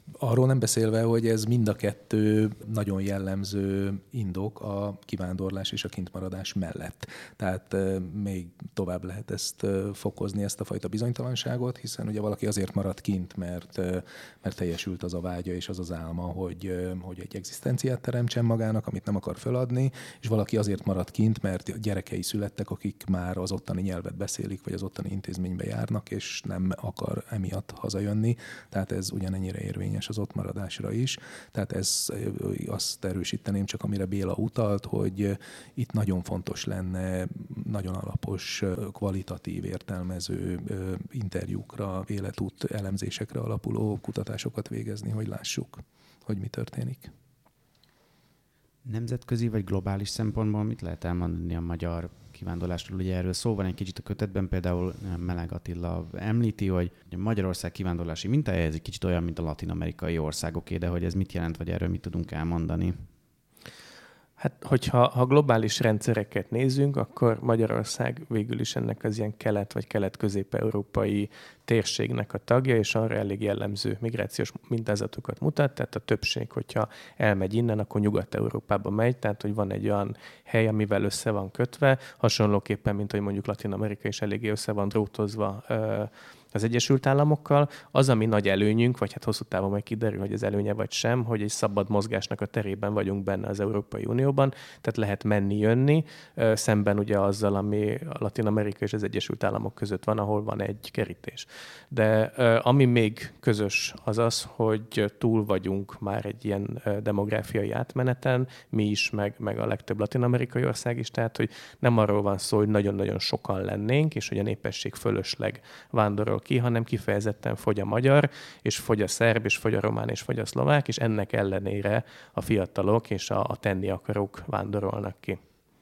Arról nem beszélve, hogy ez mind a kettő nagyon jellemző indok a kivándorlás és a kintmaradás mellett. Tehát még tovább lehet ezt fokozni, ezt a fajta bizonytalanságot, hiszen ugye valaki azért marad kint, mert, mert teljesült az a vágya és az az álma, hogy, hogy egy egzisztenciát teremtsen magának, amit nem akar föladni, és valaki azért marad kint, mert gyerekei születtek, akik már az ottani nyelvet beszélik, vagy az ottani intézménybe járnak, és nem akar emiatt hazajönni. Tehát ez ugyanennyire érvényes az ott maradásra is. Tehát ez azt erősíteném csak, amire Béla utalt, hogy itt nagyon fontos lenne nagyon alapos, kvalitatív, értelmező interjúkra, életút elemzésekre alapuló kutatásokat végezni, hogy lássuk, hogy mi történik. Nemzetközi vagy globális szempontból mit lehet elmondani a magyar kivándorlásról? Ugye erről szó van egy kicsit a kötetben, például Meleg Attila említi, hogy Magyarország kivándorlási mintája ez egy kicsit olyan, mint a latin-amerikai országoké, de hogy ez mit jelent, vagy erről mit tudunk elmondani? Hát, hogyha ha globális rendszereket nézünk, akkor Magyarország végül is ennek az ilyen kelet- vagy kelet-közép-európai térségnek a tagja, és arra elég jellemző migrációs mintázatokat mutat, tehát a többség, hogyha elmegy innen, akkor Nyugat-Európába megy, tehát hogy van egy olyan hely, amivel össze van kötve, hasonlóképpen, mint hogy mondjuk Latin-Amerika is eléggé össze van drótozva az Egyesült Államokkal. Az, ami nagy előnyünk, vagy hát hosszú távon majd kiderül, hogy ez előnye vagy sem, hogy egy szabad mozgásnak a terében vagyunk benne az Európai Unióban, tehát lehet menni-jönni, szemben ugye azzal, ami a Latin-Amerika és az Egyesült Államok között van, ahol van egy kerítés. De ami még közös az az, hogy túl vagyunk már egy ilyen demográfiai átmeneten, mi is, meg, meg a legtöbb latin-amerikai ország is, tehát hogy nem arról van szó, hogy nagyon-nagyon sokan lennénk, és hogy a népesség fölösleg vándorol ki, hanem kifejezetten fogy a magyar, és fogy a szerb, és fogy a román, és fogy a szlovák, és ennek ellenére a fiatalok és a, a tenni akarók vándorolnak ki.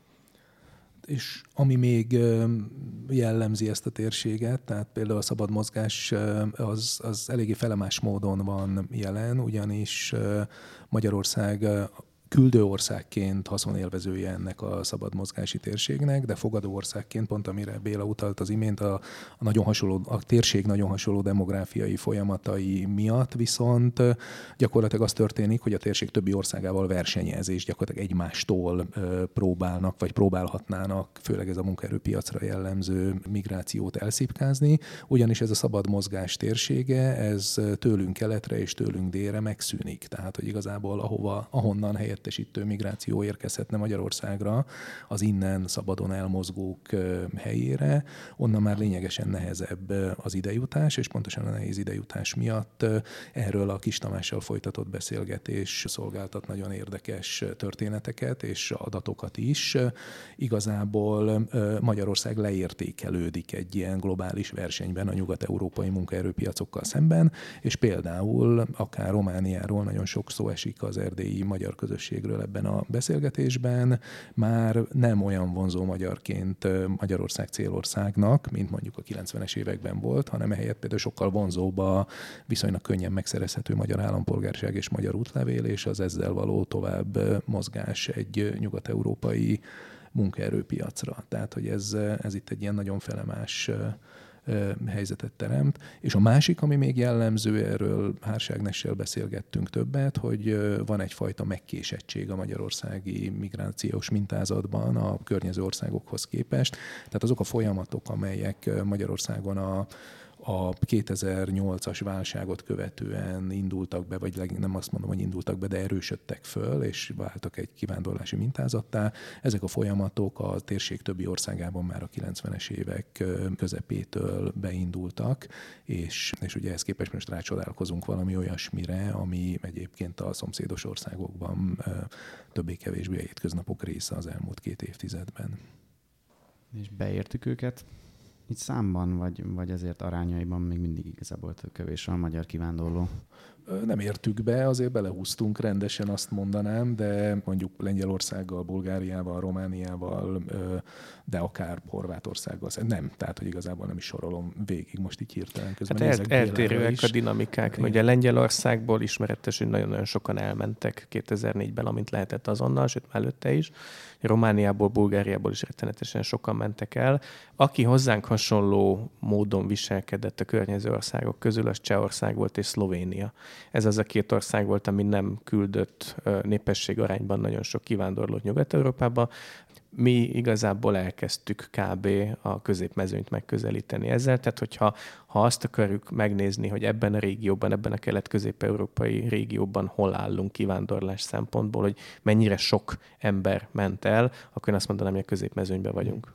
És ami még jellemzi ezt a térséget, tehát például a szabad mozgás az, az eléggé felemás módon van jelen, ugyanis Magyarország küldő országként haszonélvezője ennek a szabad mozgási térségnek, de fogadó országként, pont amire Béla utalt az imént, a, a, nagyon hasonló, a térség nagyon hasonló demográfiai folyamatai miatt viszont gyakorlatilag az történik, hogy a térség többi országával versenyez, és gyakorlatilag egymástól próbálnak, vagy próbálhatnának, főleg ez a munkaerőpiacra jellemző migrációt elszipkázni, ugyanis ez a szabad mozgás térsége, ez tőlünk keletre és tőlünk délre megszűnik. Tehát, hogy igazából ahova, ahonnan helyett helyettesítő migráció érkezhetne Magyarországra az innen szabadon elmozgók helyére, onnan már lényegesen nehezebb az idejutás, és pontosan a nehéz idejutás miatt erről a Kis Tamással folytatott beszélgetés szolgáltat nagyon érdekes történeteket és adatokat is. Igazából Magyarország leértékelődik egy ilyen globális versenyben a nyugat-európai munkaerőpiacokkal szemben, és például akár Romániáról nagyon sok szó esik az erdélyi magyar közösségről ebben a beszélgetésben, már nem olyan vonzó magyarként Magyarország célországnak, mint mondjuk a kilencvenes években volt, hanem ehelyett például sokkal vonzóbb a viszonylag könnyen megszerezhető magyar állampolgárság és magyar útlevél, és az ezzel való tovább mozgás egy nyugat-európai munkaerőpiacra. Tehát, hogy ez, ez itt egy ilyen nagyon felemás helyzetet teremt. És a másik, ami még jellemző, erről Hárság-Nessel beszélgettünk többet, hogy van egyfajta megkésettség a magyarországi migrációs mintázatban a környező országokhoz képest. Tehát azok a folyamatok, amelyek Magyarországon a a kétezer-nyolcas válságot követően indultak be, vagy nem azt mondom, hogy indultak be, de erősödtek föl, és váltak egy kivándorlási mintázattá. Ezek a folyamatok a térség többi országában már a kilencvenes évek közepétől beindultak, és, és ugye ehhez képest most rácsodálkozunk valami olyasmire, ami egyébként a szomszédos országokban többé-kevésbé a hétköznapok része az elmúlt két évtizedben. És beértük őket? Itt számban, vagy, vagy ezért arányaiban még mindig igazából kevés a magyar kivándorló? Nem értük be, azért belehúztunk rendesen, azt mondanám, de mondjuk Lengyelországgal, Bulgáriával, Romániával, de akár Horvátországgal. Nem, tehát hogy igazából nem is sorolom végig, most így hirtelen közben. Hát el, eltérőek a dinamikák. Igen. Ugye Lengyelországból ismeretes, hogy nagyon-nagyon sokan elmentek kétezer-négyben, amint lehetett azonnal, sőt előtte is. Romániából, Bulgáriából is rettenetesen sokan mentek el. Aki hozzánk hasonló módon viselkedett a környező országok közül, az Csehország volt és Szlovénia. Ez az a két ország volt, ami nem küldött népesség arányban nagyon sok kivándorlót Nyugat-Európába. Mi igazából elkezdtük kb. A középmezőnyt megközelíteni ezzel, tehát hogyha ha azt akarjuk megnézni, hogy ebben a régióban, ebben a kelet-közép-európai régióban hol állunk kivándorlás szempontból, hogy mennyire sok ember ment el, akkor én azt mondanám, hogy a középmezőnyben vagyunk.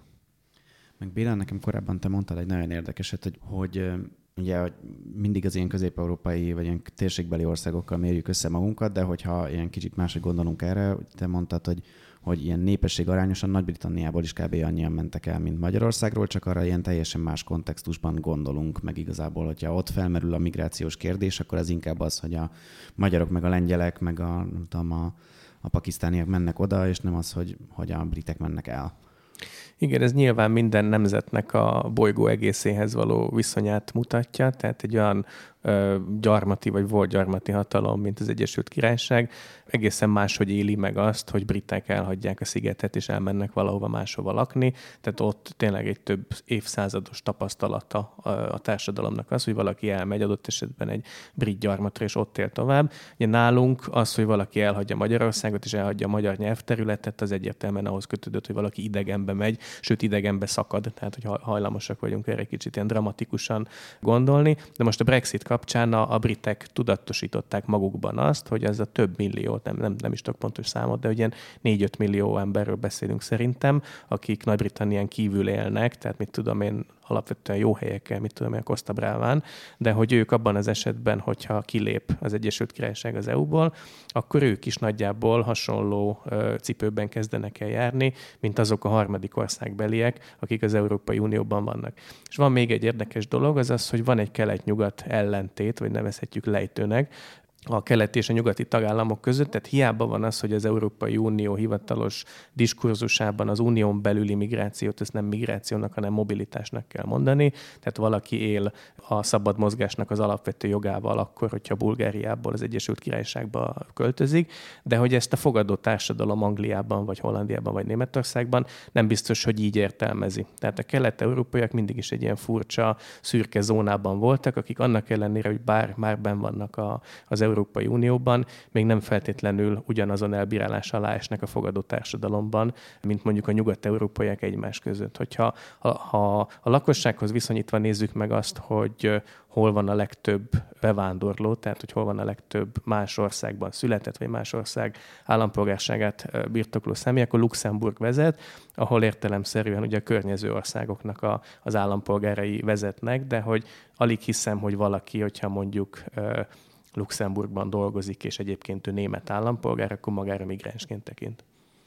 Meg Béla, nekem korábban te mondtad egy nagyon érdekeset, hogy, hogy ugye hogy mindig az ilyen közép-európai vagy ilyen térségbeli országokkal mérjük össze magunkat, de hogyha ilyen kicsit máshogy gondolunk erre, te mondtad, hogy hogy ilyen népesség arányosan Nagy-Britanniából is kb. Annyian mentek el, mint Magyarországról, csak arra ilyen teljesen más kontextusban gondolunk, meg igazából, hogyha ott felmerül a migrációs kérdés, akkor az inkább az, hogy a magyarok, meg a lengyelek, meg a, nem tudom, a, a pakisztániak mennek oda, és nem az, hogy, hogy a britek mennek el. Igen, ez nyilván minden nemzetnek a bolygó egészéhez való viszonyát mutatja, tehát egy olyan ö, gyarmati vagy volt gyarmati hatalom, mint az Egyesült Királyság, egészen máshogy éli meg azt, hogy britek elhagyják a szigetet és elmennek valahova máshova lakni, tehát ott tényleg egy több évszázados tapasztalata a, a társadalomnak az, hogy valaki elmegy adott esetben egy brit gyarmatra és ott él tovább. Ugye nálunk az, hogy valaki elhagyja Magyarországot és elhagyja a magyar nyelvterületet, az egyértelműen ahhoz kötődött, hogy valaki idegenbe megy, sőt idegenbe szakad, tehát hogy hajlamosak vagyunk erre kicsit ilyen dramatikusan gondolni. De most a Brexit kapcsán a, a britek tudatosították magukban azt, hogy ez a több millió, nem, nem, nem is tudok pontos számot, de ugye négy-öt millió emberről beszélünk szerintem, akik Nagy-Britannián kívül élnek, tehát mit tudom én, alapvetően jó helyeken, mit tudom én, a Costa Braván, de hogy ők abban az esetben, hogyha kilép az Egyesült Királyság az é u-ból, akkor ők is nagyjából hasonló ö, cipőben kezdenek el járni, mint azok a harmadik országbeliek, akik az Európai Unióban vannak. És van még egy érdekes dolog, az az, hogy van egy kelet-nyugat ellentét, vagy nevezhetjük lejtőnek, a keleti és a nyugati tagállamok között, tehát hiába van az, hogy az Európai Unió hivatalos diskurzusában az unión belüli migrációt, ezt nem migrációnak, hanem mobilitásnak kell mondani, tehát valaki él a szabad mozgásnak az alapvető jogával akkor, hogyha Bulgáriából az Egyesült Királyságba költözik, de hogy ezt a fogadó társadalom Angliában, vagy Hollandiában, vagy Németországban nem biztos, hogy így értelmezi. Tehát a kelet-európaiak mindig is egy ilyen furcsa, szürke zónában voltak, akik annak ellenére, hogy bár már benn vannak a, az Európai Unióban, még nem feltétlenül ugyanazon elbírálás alá esnek a fogadó társadalomban, mint mondjuk a nyugat-európaiak egymás között. Hogyha ha, ha a lakossághoz viszonyítva nézzük meg azt, hogy hol van a legtöbb bevándorló, tehát hogy hol van a legtöbb más országban született, vagy más ország állampolgárságát birtokló személy, akkor Luxemburg vezet, ahol értelemszerűen ugye a környező országoknak a, az állampolgárai vezetnek, de hogy alig hiszem, hogy valaki, hogyha mondjuk Luxemburgban dolgozik, és egyébként ő német állampolgár, akkor magára migránsként tekint.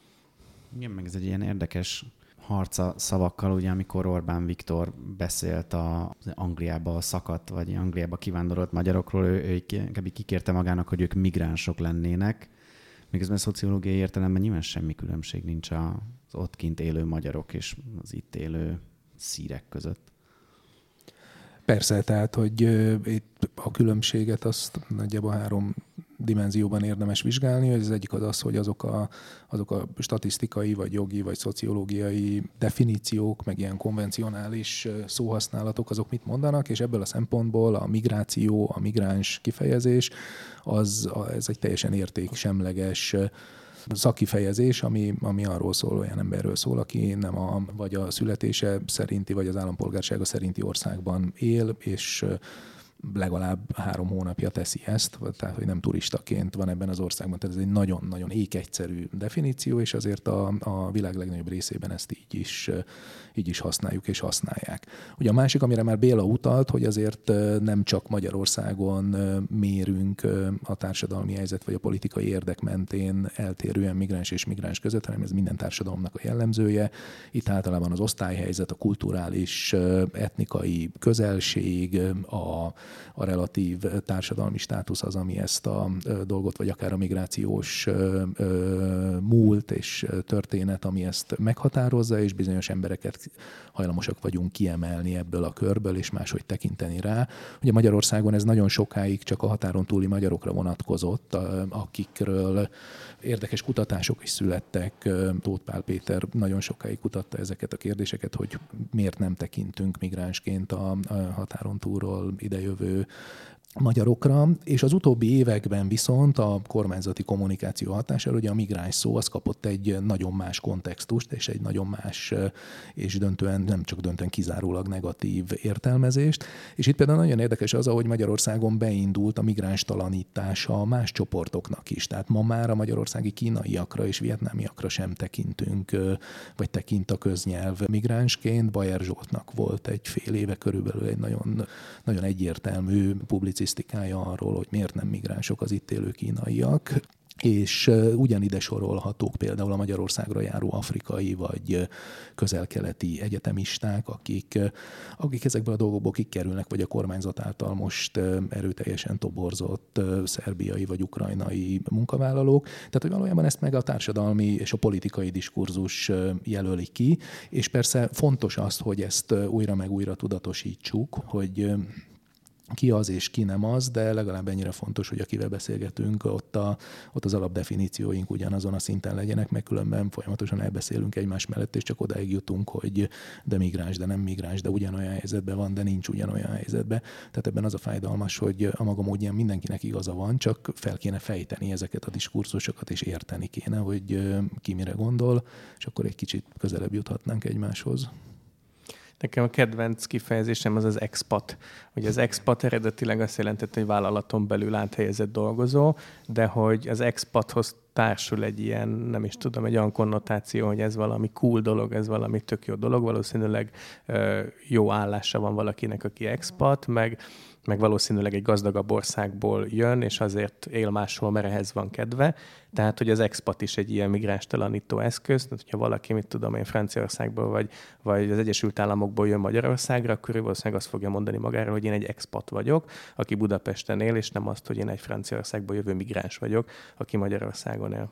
Igen, meg ez egy ilyen érdekes harca szavakkal, ugye amikor Orbán Viktor beszélt a Angliába szakadt, vagy Angliába kivándorolt magyarokról, ő, ő kikérte magának, hogy ők migránsok lennének, miközben szociológiai értelemben nyilván semmi különbség nincs az ott kint élő magyarok és az itt élő szírek között. Persze, tehát, hogy uh, itt a különbséget azt nagyjából három dimenzióban érdemes vizsgálni. Az egyik az az, hogy azok a, azok a statisztikai, vagy jogi, vagy szociológiai definíciók, meg ilyen konvencionális szóhasználatok, azok mit mondanak, és ebből a szempontból a migráció, a migráns kifejezés, az, ez egy teljesen értéksemleges szakkifejezés, ami, ami arról szól, olyan emberről szól, aki nem a, vagy a születése szerinti, vagy az állampolgársága szerinti országban él, és legalább három hónapja teszi ezt, tehát hogy nem turistaként van ebben az országban. Tehát ez egy nagyon-nagyon ékegyszerű definíció, és azért a, a világ legnagyobb részében ezt így is, így is használjuk és használják. Ugye a másik, amire már Béla utalt, hogy azért nem csak Magyarországon mérünk a társadalmi helyzet vagy a politikai érdek mentén eltérően migráns és migráns között, hanem ez minden társadalomnak a jellemzője. Itt általában az osztályhelyzet, a kulturális, etnikai közelség, a a relatív társadalmi státusz az, ami ezt a dolgot, vagy akár a migrációs múlt és történet, ami ezt meghatározza, és bizonyos embereket hajlamosak vagyunk kiemelni ebből a körből, és máshogy tekinteni rá. Ugye Magyarországon ez nagyon sokáig csak a határon túli magyarokra vonatkozott, akikről érdekes kutatások is születtek. Tóth Pál Péter nagyon sokáig kutatta ezeket a kérdéseket, hogy miért nem tekintünk migránsként a határon túlról idejövő magyarokra, és az utóbbi években viszont a kormányzati kommunikáció hatására ugye a migráns szó az kapott egy nagyon más kontextust, és egy nagyon más, és döntően, nem csak döntően kizárólag negatív értelmezést. És itt például nagyon érdekes az, ahogy Magyarországon beindult a migráns talanítása más csoportoknak is. Tehát ma már a magyarországi kínaiakra és vietnámiakra sem tekintünk, vagy tekint a köznyelv migránsként. Bajer Zsoltnak volt egy fél éve körülbelül egy nagyon, nagyon egyértelmű publicisztikája arról, hogy miért nem migránsok az itt élő kínaiak, és ugyanide sorolhatók például a Magyarországra járó afrikai vagy közel-keleti egyetemisták, akik, akik ezekből a dolgokból kikerülnek, vagy a kormányzat által most erőteljesen toborzott szerbiai vagy ukrajnai munkavállalók. Tehát, hogy valójában ezt meg a társadalmi és a politikai diskurzus jelöli ki, és persze fontos az, hogy ezt újra meg újra tudatosítsuk, hogy ki az és ki nem az, de legalább ennyire fontos, hogy akivel beszélgetünk, ott, a, ott az alapdefinícióink ugyanazon a szinten legyenek, meg különben folyamatosan elbeszélünk egymás mellett, és csak odáig jutunk, hogy de migráns, de nem migráns, de ugyanolyan helyzetben van, de nincs ugyanolyan helyzetben. Tehát ebben az a fájdalmas, hogy a maga módján mindenkinek igaza van, csak fel kéne fejteni ezeket a diskurzusokat, és érteni kéne, hogy ki mire gondol, és akkor egy kicsit közelebb juthatnánk egymáshoz. Nekem a kedvenc kifejezésem az az expat. Ugye az expat eredetileg azt jelentette, hogy vállalaton belül áthelyezett dolgozó, de hogy az expathoz társul egy ilyen, nem is tudom, egy olyan konnotáció, hogy ez valami cool dolog, ez valami tök jó dolog, valószínűleg ö, jó állása van valakinek, aki expat, meg meg valószínűleg egy gazdagabb országból jön, és azért él máshol, mert ehhez van kedve. Tehát, hogy az expat is egy ilyen migránstalanító eszköz. Tehát, hogyha valaki, mit tudom én, Franciaországból vagy, vagy az Egyesült Államokból jön Magyarországra, akkor ő valószínűleg azt fogja mondani magára, hogy én egy expat vagyok, aki Budapesten él, és nem azt, hogy én egy Franciaországból jövő migráns vagyok, aki Magyarországon él.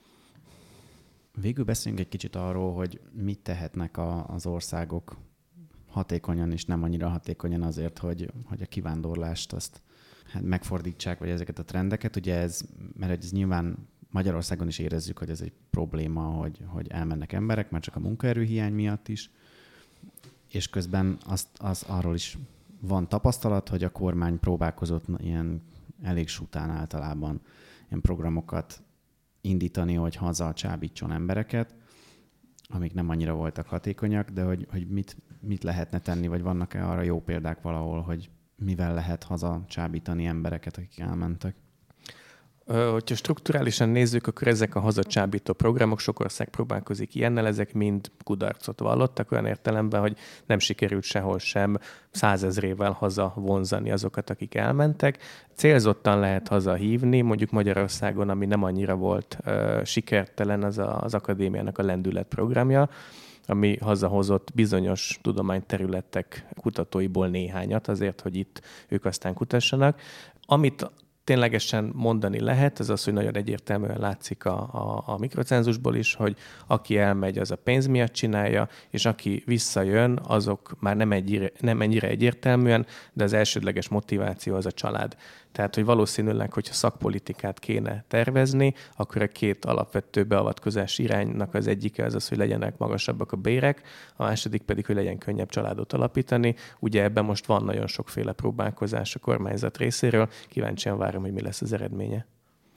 Végül beszéljünk egy kicsit arról, hogy mit tehetnek a, az országok hatékonyan és nem annyira hatékonyan azért, hogy, hogy a kivándorlást azt hát megfordítsák, vagy ezeket a trendeket. Ugye ez, mert ez nyilván Magyarországon is érezzük, hogy ez egy probléma, hogy, hogy elmennek emberek, már csak a munkaerőhiány miatt is, és közben azt, az arról is van tapasztalat, hogy a kormány próbálkozott ilyen elég sután általában ilyen programokat indítani, hogy haza csábítson embereket, amik nem annyira voltak hatékonyak, de hogy, hogy mit, mit lehetne tenni, vagy vannak-e arra jó példák valahol, hogy mivel lehet haza csábítani embereket, akik elmentek? Hogyha strukturálisan nézzük, akkor ezek a hazacsábító programok, sok ország próbálkozik ilyennel, ezek mind kudarcot vallottak, olyan értelemben, hogy nem sikerült sehol sem százezrével haza vonzani azokat, akik elmentek. Célzottan lehet haza hívni, mondjuk Magyarországon, ami nem annyira volt uh, sikertelen, az a, az akadémiának a lendület programja, ami hazahozott bizonyos tudományterületek kutatóiból néhányat, azért, hogy itt ők aztán kutassanak. Amit ténylegesen mondani lehet, az az, hogy nagyon egyértelműen látszik a, a, a mikrocenzusból is, hogy aki elmegy, az a pénz miatt csinálja, és aki visszajön, azok már nem, egyire, nem ennyire egyértelműen, de az elsődleges motiváció az a család. Tehát, hogy valószínűleg, hogyha szakpolitikát kéne tervezni, akkor a két alapvető beavatkozás iránynak az egyike az az, hogy legyenek magasabbak a bérek, a második pedig, hogy legyen könnyebb családot alapítani. Ugye ebben most van nagyon sokféle próbálkozás a kormányzat részéről, kíváncsian várom, hogy mi lesz az eredménye.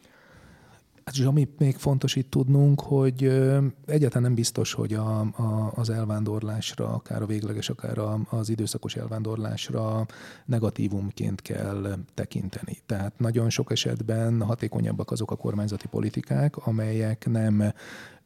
És ami még fontos itt tudnunk, hogy egyáltalán nem biztos, hogy a, a, az elvándorlásra, akár a végleges, akár a, az időszakos elvándorlásra negatívumként kell tekinteni. Tehát nagyon sok esetben hatékonyabbak azok a kormányzati politikák, amelyek nem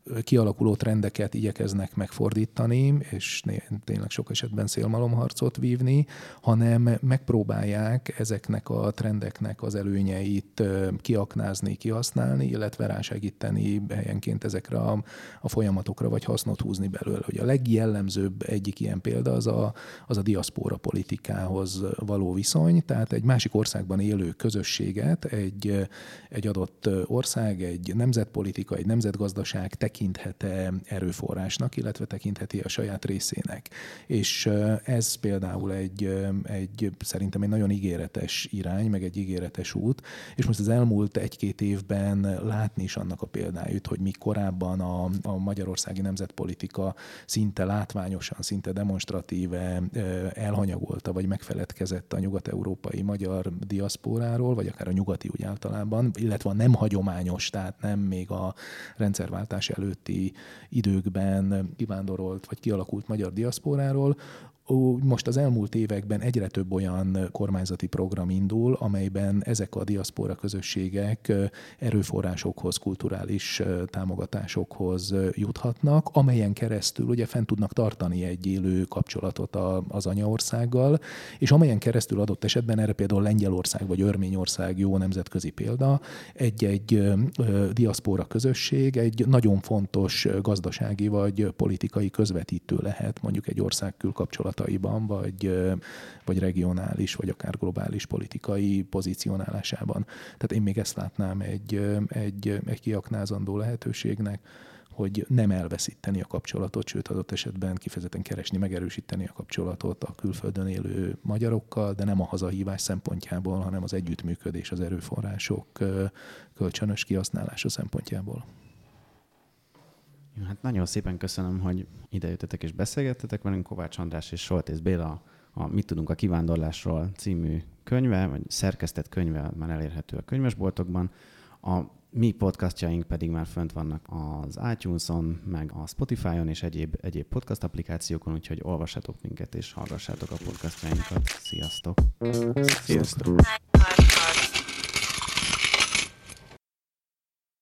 kialakuló trendeket igyekeznek megfordítani, és tényleg sok esetben szélmalomharcot vívni, hanem megpróbálják ezeknek a trendeknek az előnyeit kiaknázni, kihasználni, illetve rásegíteni helyenként ezekre a, a folyamatokra, vagy hasznot húzni belőle. Hogy a legjellemzőbb egyik ilyen példa az a, az a diaszpóra politikához való viszony, tehát egy másik országban élő közösséget egy, egy adott ország, egy nemzetpolitika, egy nemzetgazdaság tekinthet-e erőforrásnak, illetve tekintheti a saját részének. És ez például egy, egy szerintem egy nagyon ígéretes irány, meg egy ígéretes út, és most az elmúlt egy-két évben látni is annak a példáját, hogy míg korábban a, a magyarországi nemzetpolitika szinte látványosan, szinte demonstratíve elhanyagolta, vagy megfeledkezett a nyugat-európai magyar diaszpóráról, vagy akár a nyugati úgy általában, illetve a nem hagyományos, tehát nem még a rendszerváltás előtti időkben kivándorolt, vagy kialakult magyar diaszpóráról. Most az elmúlt években egyre több olyan kormányzati program indul, amelyben ezek a diaszpóra közösségek erőforrásokhoz, kulturális támogatásokhoz juthatnak, amelyen keresztül ugye fent tudnak tartani egy élő kapcsolatot az anyaországgal, és amelyen keresztül adott esetben, erre például Lengyelország vagy Örményország jó nemzetközi példa, egy-egy diaszpóra közösség egy nagyon fontos gazdasági vagy politikai közvetítő lehet mondjuk egy ország külkapcsolat vagy, vagy regionális, vagy akár globális politikai pozícionálásában. Tehát én még ezt látnám egy, egy, egy kiaknázandó lehetőségnek, hogy nem elveszíteni a kapcsolatot, sőt adott esetben kifejezetten keresni, megerősíteni a kapcsolatot a külföldön élő magyarokkal, de nem a hazahívás szempontjából, hanem az együttműködés, az erőforrások kölcsönös kihasználása szempontjából. Jó, hát nagyon szépen köszönöm, hogy idejöttetek és beszélgettetek velünk. Kovács András és Soltész Béla a Mit tudunk a kivándorlásról című könyve, vagy szerkesztett könyve már elérhető a könyvesboltokban. A mi podcastjaink pedig már fönt vannak az iTunes-on, meg a Spotify-on és egyéb, egyéb podcast applikációkon, úgyhogy olvassátok minket és hallgassátok a podcastjainkat. Sziasztok! Sziasztok!